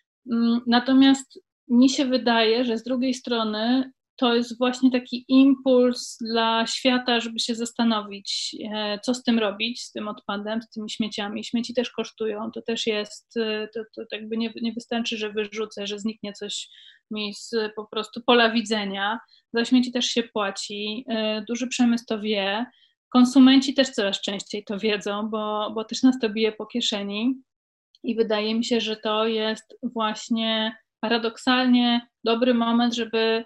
Natomiast mi się wydaje, że z drugiej strony to jest właśnie taki impuls dla świata, żeby się zastanowić, co z tym robić, z tym odpadem, z tymi śmieciami. Śmieci też kosztują, to też jest, to, to jakby nie, nie wystarczy, że wyrzucę, że zniknie coś mi z po prostu pola widzenia. Za śmieci też się płaci, duży przemysł to wie, konsumenci też coraz częściej to wiedzą, bo, bo też nas to bije po kieszeni i wydaje mi się, że to jest właśnie paradoksalnie dobry moment, żeby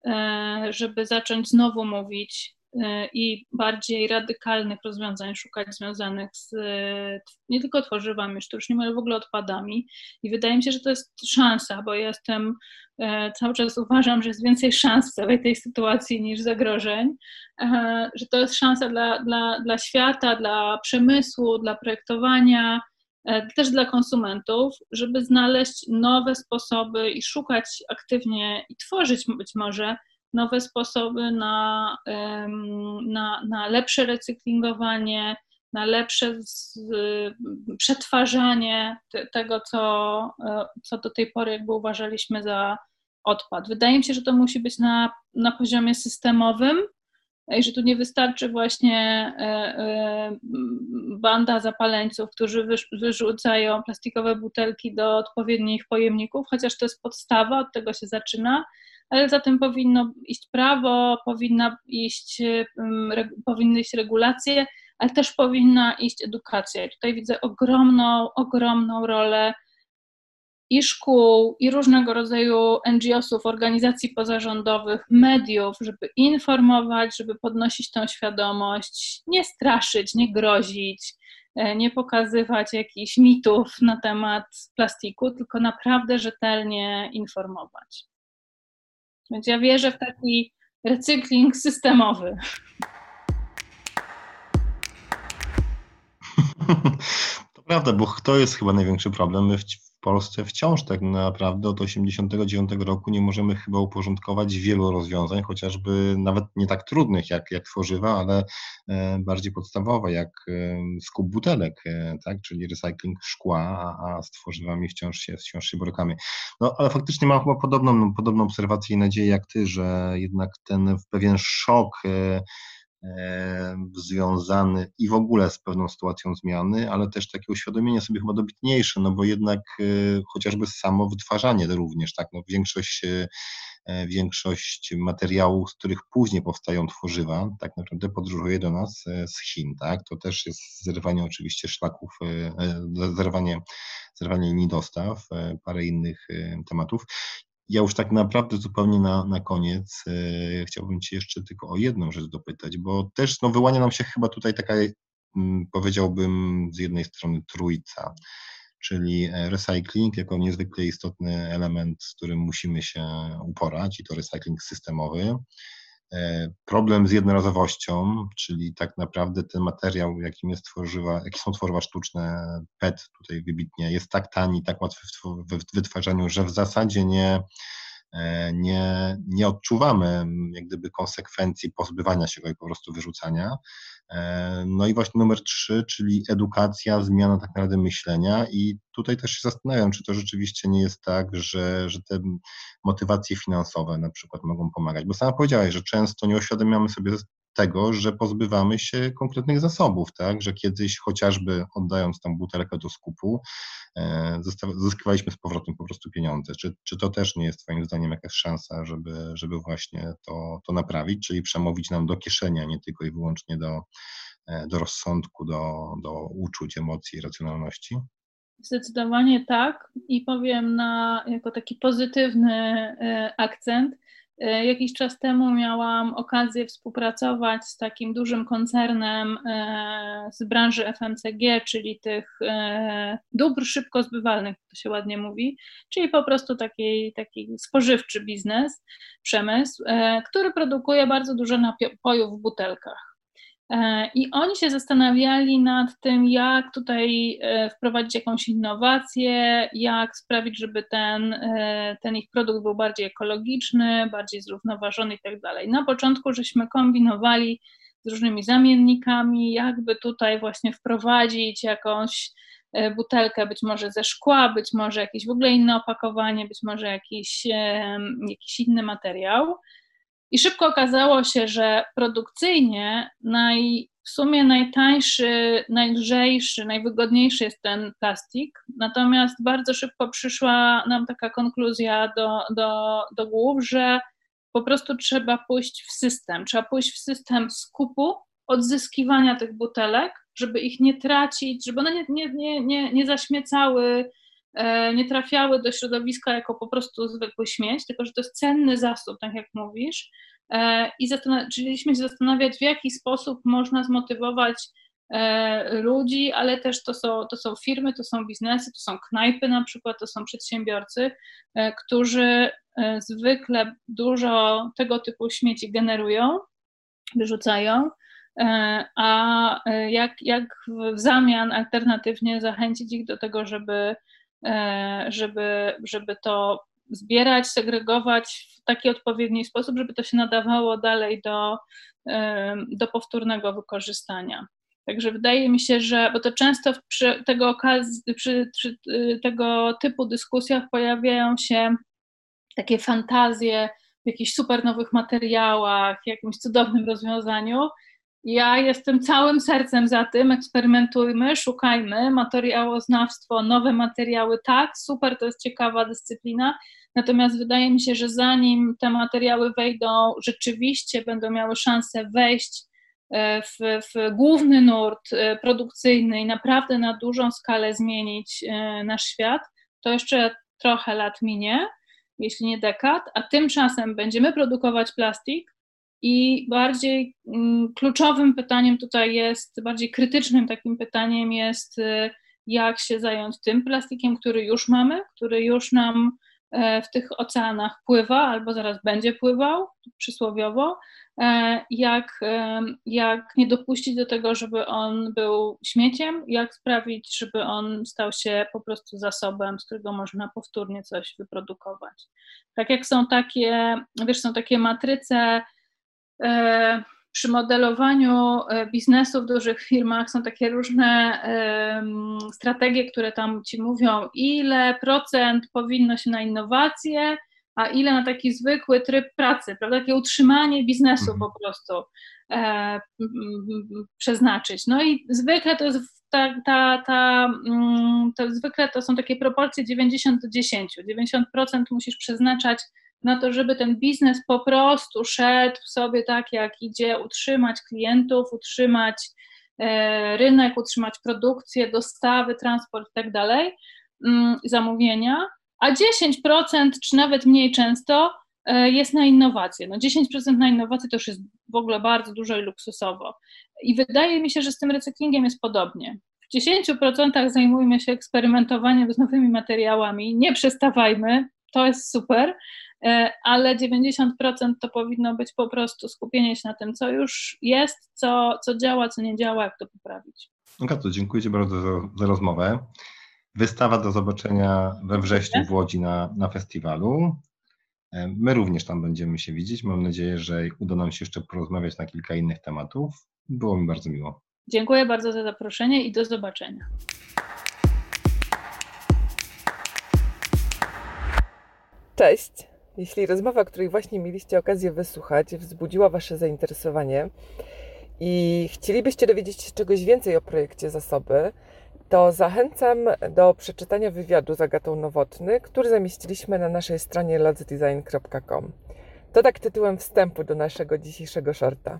żeby zacząć znowu mówić i bardziej radykalnych rozwiązań szukać związanych z nie tylko tworzywami sztucznymi, ale w ogóle odpadami. I wydaje mi się, że to jest szansa, bo jestem, cały czas uważam, że jest więcej szans w całej tej sytuacji niż zagrożeń, że to jest szansa dla, dla, dla świata, dla przemysłu, dla projektowania, też dla konsumentów, żeby znaleźć nowe sposoby i szukać aktywnie i tworzyć być może nowe sposoby na, na, na lepsze recyklingowanie, na lepsze z, przetwarzanie te, tego, co, co do tej pory jakby uważaliśmy za odpad. Wydaje mi się, że to musi być na, na poziomie systemowym, i że tu nie wystarczy właśnie banda zapaleńców, którzy wyrzucają plastikowe butelki do odpowiednich pojemników, chociaż to jest podstawa, od tego się zaczyna, ale za tym powinno iść prawo, powinna iść, powinny iść regulacje, ale też powinna iść edukacja. I tutaj widzę ogromną, ogromną rolę i szkół, i różnego rodzaju en dżi osów, organizacji pozarządowych, mediów, żeby informować, żeby podnosić tą świadomość, nie straszyć, nie grozić, nie pokazywać jakichś mitów na temat plastiku, tylko naprawdę rzetelnie informować. Więc ja wierzę w taki recykling systemowy.
To prawda, bo to jest chyba największy problem. My w Polsce wciąż tak naprawdę od osiemdziesiątego dziewiątego roku nie możemy chyba uporządkować wielu rozwiązań, chociażby nawet nie tak trudnych jak, jak tworzywa, ale bardziej podstawowe jak skup butelek, tak? Czyli recykling szkła, a, a z tworzywami wciąż się, wciąż się borykamy. No ale faktycznie mam chyba podobną, podobną obserwację i nadzieję jak ty, że jednak ten pewien szok związany i w ogóle z pewną sytuacją zmiany, ale też takie uświadomienie sobie chyba dobitniejsze, no bo jednak chociażby samo wytwarzanie również, tak, no większość, większość materiałów, z których później powstają tworzywa, tak naprawdę podróżuje do nas z Chin, tak, to też jest zerwanie oczywiście szlaków, zerwanie, zerwanie linii dostaw, parę innych tematów. Ja już tak naprawdę zupełnie na, na koniec e, chciałbym Cię jeszcze tylko o jedną rzecz dopytać, bo też no, wyłania nam się chyba tutaj taka, m, powiedziałbym z jednej strony trójca, czyli recycling jako niezwykle istotny element, z którym musimy się uporać i to recycling systemowy. Problem z jednorazowością, czyli tak naprawdę ten materiał, jakim jest tworzywa, jakie są tworzywa sztuczne, P E T tutaj wybitnie, jest tak tani, tak łatwy w wytwarzaniu, że w zasadzie nie, nie, nie odczuwamy jak gdyby konsekwencji pozbywania się go i po prostu wyrzucania. No i właśnie numer trzy, czyli edukacja, zmiana tak naprawdę myślenia i tutaj też się zastanawiam, czy to rzeczywiście nie jest tak, że, że te motywacje finansowe na przykład mogą pomagać, bo sama powiedziałaś, że często nie uświadamiamy sobie tego, że pozbywamy się konkretnych zasobów, tak, że kiedyś chociażby oddając tą butelkę do skupu, zyskiwaliśmy z powrotem po prostu pieniądze. Czy, czy to też nie jest Twoim zdaniem jakaś szansa, żeby, żeby właśnie to, to naprawić, czyli przemówić nam do kieszeni, a nie tylko i wyłącznie do, do rozsądku, do, do uczuć, emocji, racjonalności?
Zdecydowanie tak i powiem na, jako taki pozytywny akcent. Jakiś czas temu miałam okazję współpracować z takim dużym koncernem z branży F M C G, czyli tych dóbr szybko zbywalnych, to się ładnie mówi, czyli po prostu taki, taki spożywczy biznes, przemysł, który produkuje bardzo dużo napojów w butelkach. I oni się zastanawiali nad tym, jak tutaj wprowadzić jakąś innowację, jak sprawić, żeby ten, ten ich produkt był bardziej ekologiczny, bardziej zrównoważony i tak dalej. Na początku żeśmy kombinowali z różnymi zamiennikami, jakby tutaj właśnie wprowadzić jakąś butelkę, być może ze szkła, być może jakieś w ogóle inne opakowanie, być może jakiś, jakiś inny materiał. I szybko okazało się, że produkcyjnie naj, w sumie najtańszy, najlżejszy, najwygodniejszy jest ten plastik, natomiast bardzo szybko przyszła nam taka konkluzja do, do, do głów, że po prostu trzeba pójść w system, trzeba pójść w system skupu, odzyskiwania tych butelek, żeby ich nie tracić, żeby one nie, nie, nie, nie, nie zaśmiecały, nie trafiały do środowiska jako po prostu zwykły śmieć, tylko że to jest cenny zasób, tak jak mówisz. I zaczęliśmy się zastanawiać, w jaki sposób można zmotywować ludzi, ale też to są, to są firmy, to są biznesy, to są knajpy na przykład, to są przedsiębiorcy, którzy zwykle dużo tego typu śmieci generują, wyrzucają, a jak, jak w zamian alternatywnie zachęcić ich do tego, żeby żeby, żeby to zbierać, segregować w taki odpowiedni sposób, żeby to się nadawało dalej do, do powtórnego wykorzystania. Także wydaje mi się, że, bo to często przy tego, okazji, przy, przy tego typu dyskusjach pojawiają się takie fantazje w jakichś super nowych materiałach, jakimś cudownym rozwiązaniu. Ja jestem całym sercem za tym, eksperymentujmy, szukajmy, materiałoznawstwo, nowe materiały, tak, super, to jest ciekawa dyscyplina, Natomiast wydaje mi się, że zanim te materiały wejdą, rzeczywiście będą miały szansę wejść w, w główny nurt produkcyjny i naprawdę na dużą skalę zmienić nasz świat, to jeszcze trochę lat minie, jeśli nie dekad, a tymczasem będziemy produkować plastik i bardziej mm, kluczowym pytaniem tutaj jest, bardziej krytycznym takim pytaniem jest, jak się zająć tym plastikiem, który już mamy, który już nam w tych oceanach pływa albo zaraz będzie pływał, przysłowiowo, jak, jak nie dopuścić do tego, żeby on był śmieciem, jak sprawić, żeby on stał się po prostu zasobem, z którego można powtórnie coś wyprodukować. Tak jak są takie, wiesz, są takie matryce e, przy modelowaniu biznesu w dużych firmach, są takie różne e, strategie, które tam ci mówią, ile procent powinno się na innowacje, a ile na taki zwykły tryb pracy, prawda? Takie utrzymanie biznesu po prostu e, przeznaczyć. No i zwykle to jest ta, ta, ta, to zwykle to są takie proporcje dziewięćdziesiąt do dziesięciu. dziewięćdziesiąt procent musisz przeznaczać na to, żeby ten biznes po prostu szedł sobie tak, jak idzie, utrzymać klientów, utrzymać e, rynek, utrzymać produkcję, dostawy, transport i tak dalej, zamówienia, a dziesięć procent, czy nawet mniej często, jest na innowacje. No dziesięć procent na innowacje to już jest w ogóle bardzo dużo i luksusowo. I wydaje mi się, że z tym recyklingiem jest podobnie. W dziesięciu procentach zajmujmy się eksperymentowaniem z nowymi materiałami, nie przestawajmy, to jest super, ale dziewięćdziesiąt procent to powinno być po prostu skupienie się na tym, co już jest, co, co działa, co nie działa, jak to poprawić.
Agato, dziękuję Ci bardzo za, za rozmowę. Wystawa do zobaczenia we wrześniu w Łodzi na, na festiwalu. My również tam będziemy się widzieć. Mam nadzieję, że uda nam się jeszcze porozmawiać na kilka innych tematów. Było mi bardzo miło.
Dziękuję bardzo za zaproszenie i do zobaczenia.
Cześć! Jeśli rozmowa, której właśnie mieliście okazję wysłuchać, wzbudziła Wasze zainteresowanie i chcielibyście dowiedzieć się czegoś więcej o projekcie Zasoby, to zachęcam do przeczytania wywiadu z Agatą Nowotny, który zamieściliśmy na naszej stronie lots design kropka com. To tak tytułem wstępu do naszego dzisiejszego shorta.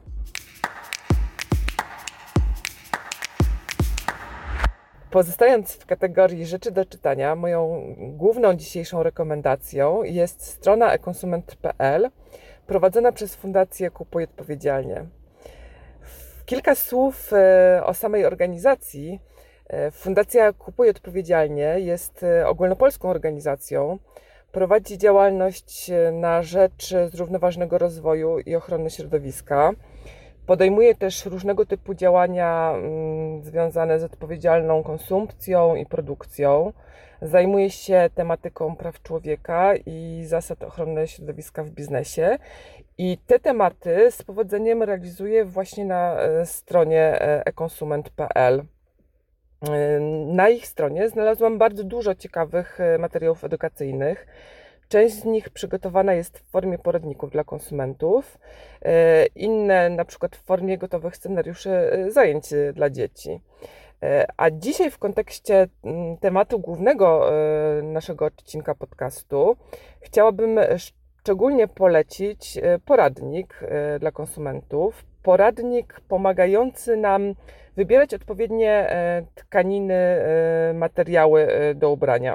Pozostając w kategorii rzeczy do czytania, moją główną dzisiejszą rekomendacją jest strona e konsument kropka p l prowadzona przez Fundację Kupuj Odpowiedzialnie. Kilka słów o samej organizacji. Fundacja Kupuj Odpowiedzialnie jest ogólnopolską organizacją. Prowadzi działalność na rzecz zrównoważonego rozwoju i ochrony środowiska. Podejmuje też różnego typu działania związane z odpowiedzialną konsumpcją i produkcją. Zajmuje się tematyką praw człowieka i zasad ochrony środowiska w biznesie. I te tematy z powodzeniem realizuje właśnie na stronie e konsument kropka p l. Na ich stronie znalazłam bardzo dużo ciekawych materiałów edukacyjnych. Część z nich przygotowana jest w formie poradników dla konsumentów, inne na przykład w formie gotowych scenariuszy zajęć dla dzieci. A dzisiaj w kontekście tematu głównego naszego odcinka podcastu chciałabym szczególnie polecić poradnik dla konsumentów. Poradnik pomagający nam wybierać odpowiednie tkaniny, materiały do ubrania.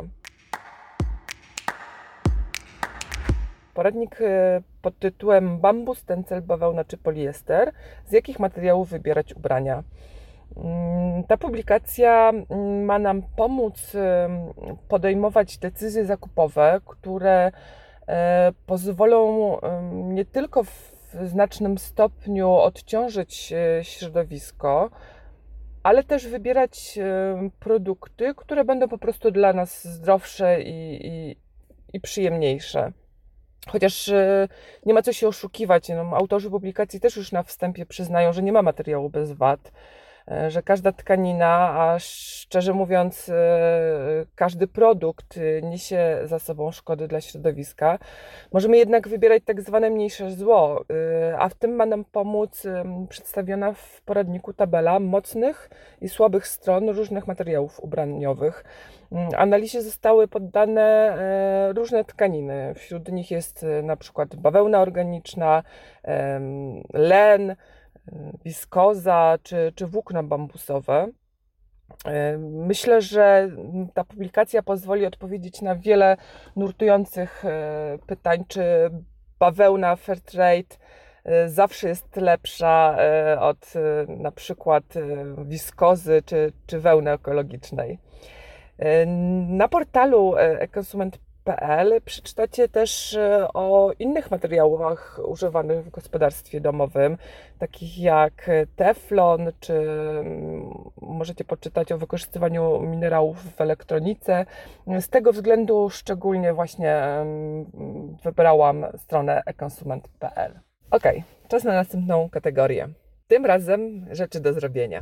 Poradnik pod tytułem Bambus, tencel, bawełna czy poliester. Z jakich materiałów wybierać ubrania? Ta publikacja ma nam pomóc podejmować decyzje zakupowe, które pozwolą nie tylko w znacznym stopniu odciążyć środowisko, ale też wybierać produkty, które będą po prostu dla nas zdrowsze i, i, i przyjemniejsze. Chociaż nie ma co się oszukiwać, no, autorzy publikacji też już na wstępie przyznają, że nie ma materiału bez wad. że każda tkanina, a szczerze mówiąc każdy produkt niesie za sobą szkody dla środowiska. Możemy jednak wybierać tak zwane mniejsze zło, a w tym ma nam pomóc przedstawiona w poradniku tabela mocnych i słabych stron różnych materiałów ubraniowych. Analizie zostały poddane różne tkaniny. Wśród nich jest na przykład bawełna organiczna, len, wiskoza czy, czy włókna bambusowe. Myślę, że ta publikacja pozwoli odpowiedzieć na wiele nurtujących pytań, czy bawełna Fairtrade zawsze jest lepsza od na przykład wiskozy czy, czy wełny ekologicznej. Na portalu e-konsument kropka pe el przeczytacie też o innych materiałach używanych w gospodarstwie domowym, takich jak teflon, czy możecie poczytać o wykorzystywaniu minerałów w elektronice. Z tego względu szczególnie właśnie wybrałam stronę e-konsument kropka pe el. Ok, czas na następną kategorię. Tym razem rzeczy do zrobienia.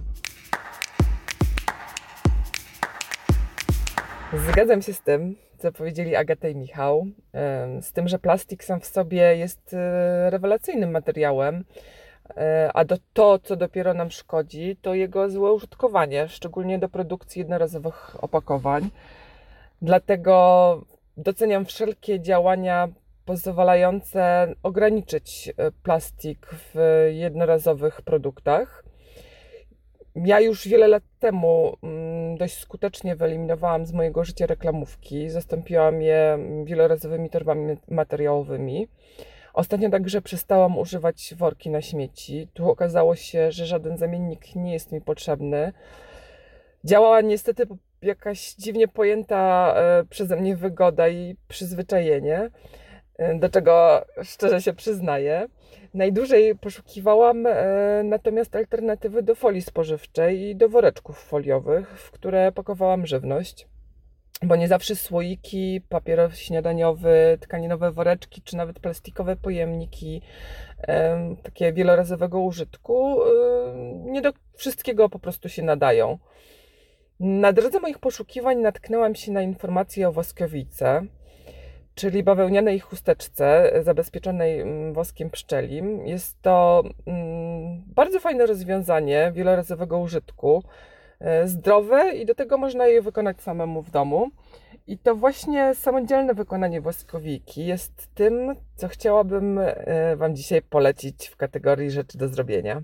Zgadzam się z tym, co powiedzieli Agata i Michał, z tym, że plastik sam w sobie jest rewelacyjnym materiałem, a do to, co dopiero nam szkodzi, to jego złe użytkowanie, szczególnie do produkcji jednorazowych opakowań. Dlatego doceniam wszelkie działania pozwalające ograniczyć plastik w jednorazowych produktach. Ja już wiele lat temu dość skutecznie wyeliminowałam z mojego życia reklamówki, zastąpiłam je wielorazowymi torbami materiałowymi. Ostatnio także przestałam używać worki na śmieci. Tu okazało się, że żaden zamiennik nie jest mi potrzebny. Działała niestety jakaś dziwnie pojęta przeze mnie wygoda i przyzwyczajenie, do czego szczerze się przyznaję. Najdłużej poszukiwałam e, natomiast alternatywy do folii spożywczej i do woreczków foliowych, w które pakowałam żywność, bo nie zawsze słoiki, papier śniadaniowy, tkaninowe woreczki czy nawet plastikowe pojemniki e, takie wielorazowego użytku e, nie do wszystkiego po prostu się nadają. Na drodze moich poszukiwań natknęłam się na informacje o woskowice, czyli bawełnianej chusteczce zabezpieczonej woskiem pszczelim. Jest to bardzo fajne rozwiązanie wielorazowego użytku, zdrowe i do tego można je wykonać samemu w domu. I to właśnie samodzielne wykonanie woskowiki jest tym, co chciałabym Wam dzisiaj polecić w kategorii rzeczy do zrobienia.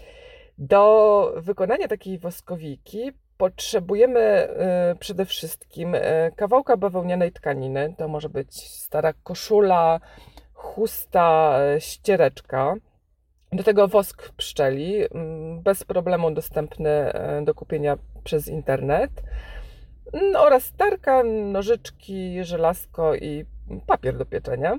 Do wykonania takiej woskowiki potrzebujemy y, przede wszystkim y, kawałka bawełnianej tkaniny. To może być stara koszula, chusta, y, ściereczka. Do tego wosk pszczeli, y, bez problemu dostępny y, do kupienia przez internet. Y, oraz tarka, nożyczki, żelazko i papier do pieczenia.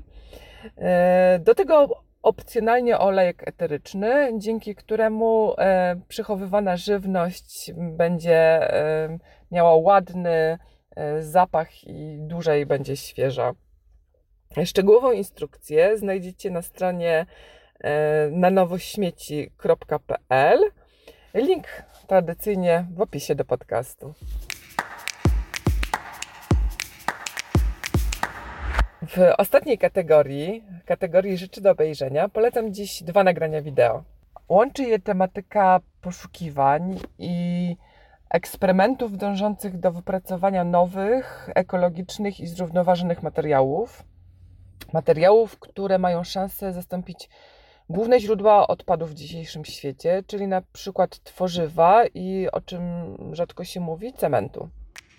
Y, do tego opcjonalnie olejek eteryczny, dzięki któremu e, przechowywana żywność będzie e, miała ładny e, zapach i dłużej będzie świeża. Szczegółową instrukcję znajdziecie na stronie e, na nowośmieci kropka pe el. Link tradycyjnie w opisie do podcastu. W ostatniej kategorii, kategorii rzeczy do obejrzenia, polecam dziś dwa nagrania wideo. Łączy je tematyka poszukiwań i eksperymentów dążących do wypracowania nowych, ekologicznych i zrównoważonych materiałów. Materiałów, które mają szansę zastąpić główne źródła odpadów w dzisiejszym świecie, czyli na przykład tworzywa i, o czym rzadko się mówi, cementu.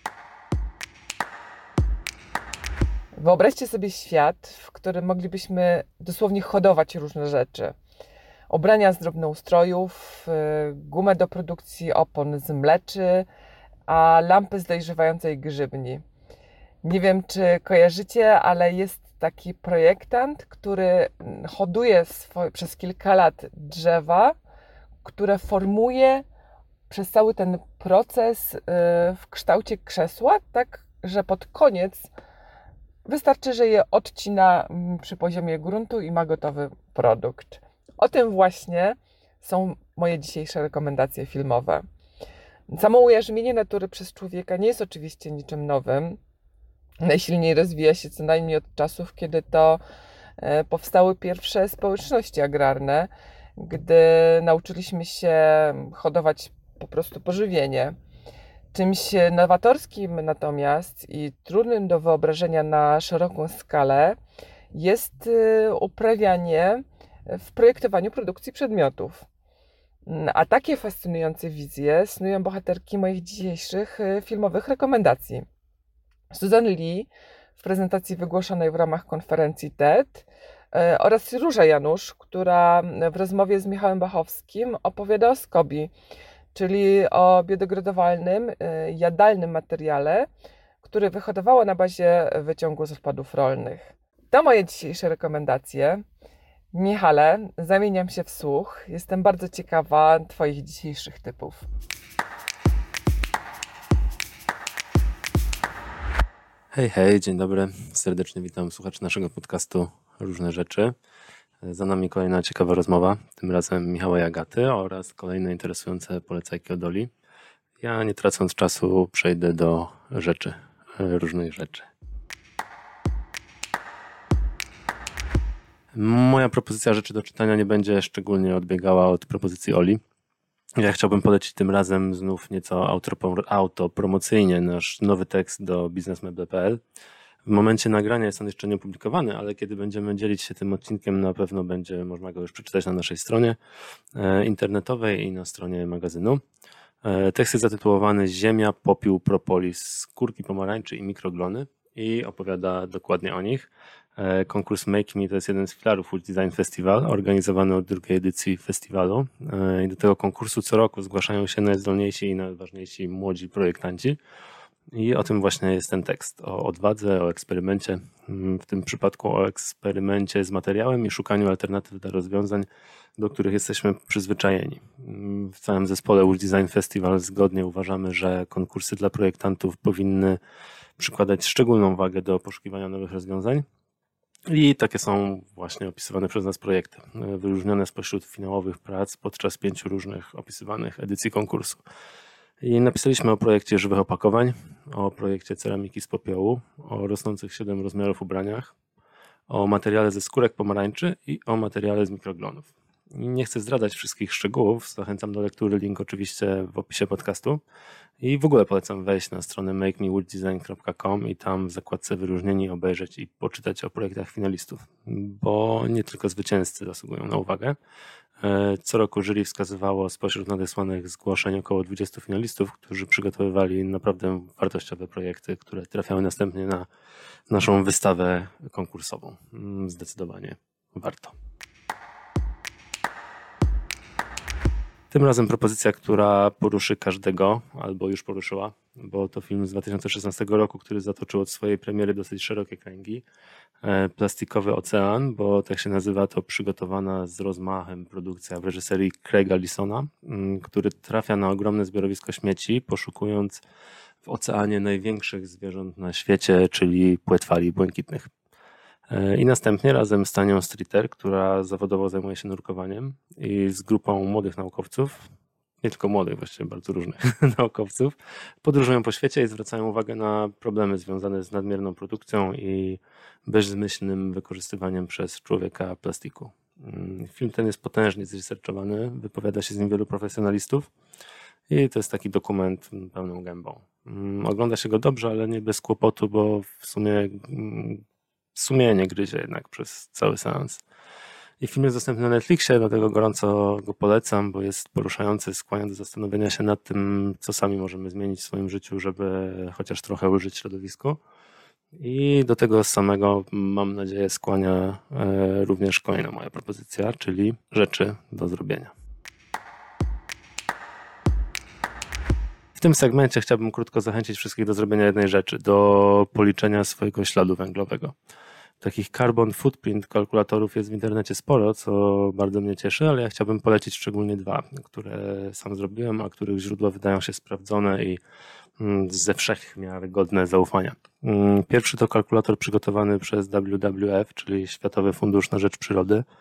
Wyobraźcie sobie świat, w którym moglibyśmy dosłownie hodować różne rzeczy. Ubrania z drobnoustrojów, gumę do produkcji opon z mleczy, a lampy z dojrzewającej grzybni. Nie wiem, czy kojarzycie, ale jest taki projektant, który hoduje swoje, przez kilka lat drzewa, które formuje przez cały ten proces w kształcie krzesła, tak, że pod koniec wystarczy, że je odcina przy poziomie gruntu i ma gotowy produkt. O tym właśnie są moje dzisiejsze rekomendacje filmowe. Samo ujarzmienie natury przez człowieka nie jest oczywiście niczym nowym. Najsilniej rozwija się co najmniej od czasów, kiedy to powstały pierwsze społeczności agrarne, gdy nauczyliśmy się hodować po prostu pożywienie. Czymś nowatorskim natomiast i trudnym do wyobrażenia na szeroką skalę jest uprawianie w projektowaniu produkcji przedmiotów. A takie fascynujące wizje snują bohaterki moich dzisiejszych filmowych rekomendacji. Susan Lee w prezentacji wygłoszonej w ramach konferencji T E D oraz Róża Janusz, która w rozmowie z Michałem Bachowskim opowiada o SCOBY, czyli o biodegradowalnym, jadalnym materiale, który wyhodowała na bazie wyciągu z odpadów rolnych. To moje dzisiejsze rekomendacje. Michale, zamieniam się w słuch. Jestem bardzo ciekawa Twoich dzisiejszych typów.
Hej, hej, dzień dobry. Serdecznie witam słuchaczy naszego podcastu Różne Rzeczy. Za nami kolejna ciekawa rozmowa, tym razem Michała i Agaty oraz kolejne interesujące polecajki od Oli. Ja nie tracąc czasu przejdę do rzeczy, różnych rzeczy. Moja propozycja rzeczy do czytania nie będzie szczególnie odbiegała od propozycji Oli. Ja chciałbym polecić tym razem znów nieco autopromocyjnie nasz nowy tekst do biznesmeble kropka p l. W momencie nagrania jest on jeszcze nie opublikowany, ale kiedy będziemy dzielić się tym odcinkiem, na pewno będzie można go już przeczytać na naszej stronie internetowej i na stronie magazynu. Tekst jest zatytułowany Ziemia, popiół, propolis, skórki pomarańczy i mikroglony i opowiada dokładnie o nich. Konkurs Make Me to jest jeden z filarów Łódź Design Festival, organizowany od drugiej edycji festiwalu. I do tego konkursu co roku zgłaszają się najzdolniejsi i najważniejsi młodzi projektanci. I o tym właśnie jest ten tekst, o odwadze, o eksperymencie, w tym przypadku o eksperymencie z materiałem i szukaniu alternatyw dla rozwiązań, do których jesteśmy przyzwyczajeni. W całym zespole Łódź Design Festival zgodnie uważamy, że konkursy dla projektantów powinny przykładać szczególną wagę do poszukiwania nowych rozwiązań. I takie są właśnie opisywane przez nas projekty, wyróżnione spośród finałowych prac podczas pięciu różnych opisywanych edycji konkursu. I napisaliśmy o projekcie żywych opakowań, o projekcie ceramiki z popiołu, o rosnących siedem rozmiarów ubraniach, o materiale ze skórek pomarańczy i o materiale z mikroglonów. I nie chcę zdradzać wszystkich szczegółów, zachęcam do lektury, link oczywiście w opisie podcastu. I w ogóle polecam wejść na stronę make me wood design kropka com i tam w zakładce wyróżnieni obejrzeć i poczytać o projektach finalistów, bo nie tylko zwycięzcy zasługują na uwagę. Co roku jury wskazywało spośród nadesłanych zgłoszeń około dwudziestu finalistów, którzy przygotowywali naprawdę wartościowe projekty, które trafiały następnie na naszą wystawę konkursową. Zdecydowanie warto. Tym razem propozycja, która poruszy każdego, albo już poruszyła, bo to film z dwa tysiące szesnastego roku, który zatoczył od swojej premiery dosyć szerokie kręgi. Plastikowy Ocean, bo tak się nazywa to przygotowana z rozmachem produkcja w reżyserii Craiga Leesona, który trafia na ogromne zbiorowisko śmieci, poszukując w oceanie największych zwierząt na świecie, czyli płetwali błękitnych. I następnie razem z Tanią Streeter, która zawodowo zajmuje się nurkowaniem i z grupą młodych naukowców, nie tylko młodych, właściwie bardzo różnych naukowców, podróżują po świecie i zwracają uwagę na problemy związane z nadmierną produkcją i bezmyślnym wykorzystywaniem przez człowieka plastiku. Film ten jest potężnie zresearchowany, wypowiada się z nim wielu profesjonalistów i to jest taki dokument pełną gębą. Ogląda się go dobrze, ale nie bez kłopotu, bo w sumie sumienie gryzie jednak przez cały seans. I film jest dostępny na Netflixie, dlatego gorąco go polecam, bo jest poruszający, skłania do zastanowienia się nad tym, co sami możemy zmienić w swoim życiu, żeby chociaż trochę ulżyć środowisku. I do tego samego, mam nadzieję, skłania również kolejna moja propozycja, czyli rzeczy do zrobienia. W tym segmencie chciałbym krótko zachęcić wszystkich do zrobienia jednej rzeczy, do policzenia swojego śladu węglowego. Takich carbon footprint kalkulatorów jest w internecie sporo, co bardzo mnie cieszy, ale ja chciałbym polecić szczególnie dwa, które sam zrobiłem, a których źródła wydają się sprawdzone i ze wszech miar godne zaufania. Pierwszy to kalkulator przygotowany przez W W F, czyli Światowy Fundusz na Rzecz Przyrody.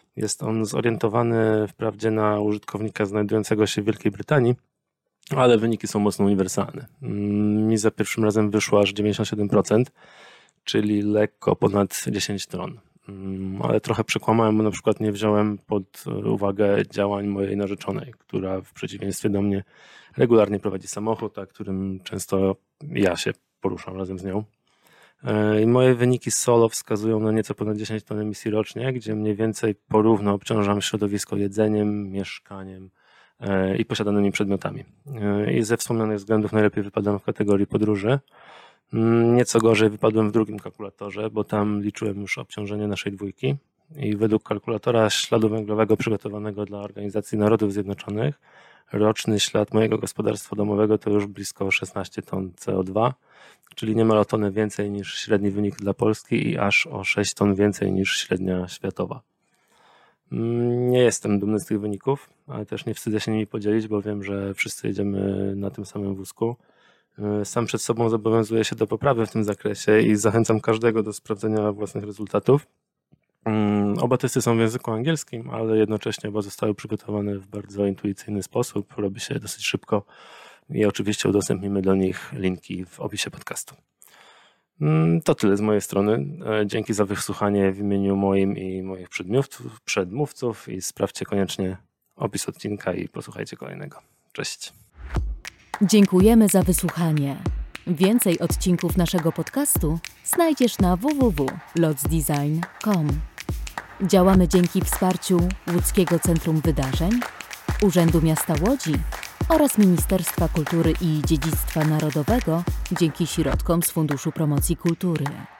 Jest on zorientowany wprawdzie na użytkownika znajdującego się w Wielkiej Brytanii, ale wyniki są mocno uniwersalne. Mi za pierwszym razem wyszło aż dziewięćdziesiąt siedem procent, czyli lekko ponad dziesięć tron. Ale trochę przekłamałem, bo na przykład nie wziąłem pod uwagę działań mojej narzeczonej, która w przeciwieństwie do mnie regularnie prowadzi samochód, a którym często ja się poruszam razem z nią. I moje wyniki solo wskazują na nieco ponad dziesięć ton emisji rocznie, gdzie mniej więcej porówno obciążam środowisko jedzeniem, mieszkaniem i posiadanymi przedmiotami. I ze wspomnianych względów najlepiej wypadam w kategorii podróży. Nieco gorzej wypadłem w drugim kalkulatorze, bo tam liczyłem już obciążenie naszej dwójki i według kalkulatora śladu węglowego przygotowanego dla Organizacji Narodów Zjednoczonych roczny ślad mojego gospodarstwa domowego to już blisko szesnaście ton C O dwa, czyli niemal o tonę więcej niż średni wynik dla Polski i aż o sześć ton więcej niż średnia światowa. Nie jestem dumny z tych wyników, ale też nie wstydzę się nimi podzielić, bo wiem, że wszyscy jedziemy na tym samym wózku. Sam przed sobą zobowiązuję się do poprawy w tym zakresie i zachęcam każdego do sprawdzenia własnych rezultatów. Oba testy są w języku angielskim, ale jednocześnie oba zostały przygotowane w bardzo intuicyjny sposób. Robi się dosyć szybko i oczywiście udostępnimy do nich linki w opisie podcastu. To tyle z mojej strony. Dzięki za wysłuchanie w imieniu moim i moich przedmówców, przedmówców i sprawdźcie koniecznie opis odcinka i posłuchajcie kolejnego. Cześć.
Dziękujemy za wysłuchanie. Więcej odcinków naszego podcastu znajdziesz na w w w kropka lotsdesign kropka com. Działamy dzięki wsparciu Łódzkiego Centrum Wydarzeń, Urzędu Miasta Łodzi oraz Ministerstwa Kultury i Dziedzictwa Narodowego dzięki środkom z Funduszu Promocji Kultury.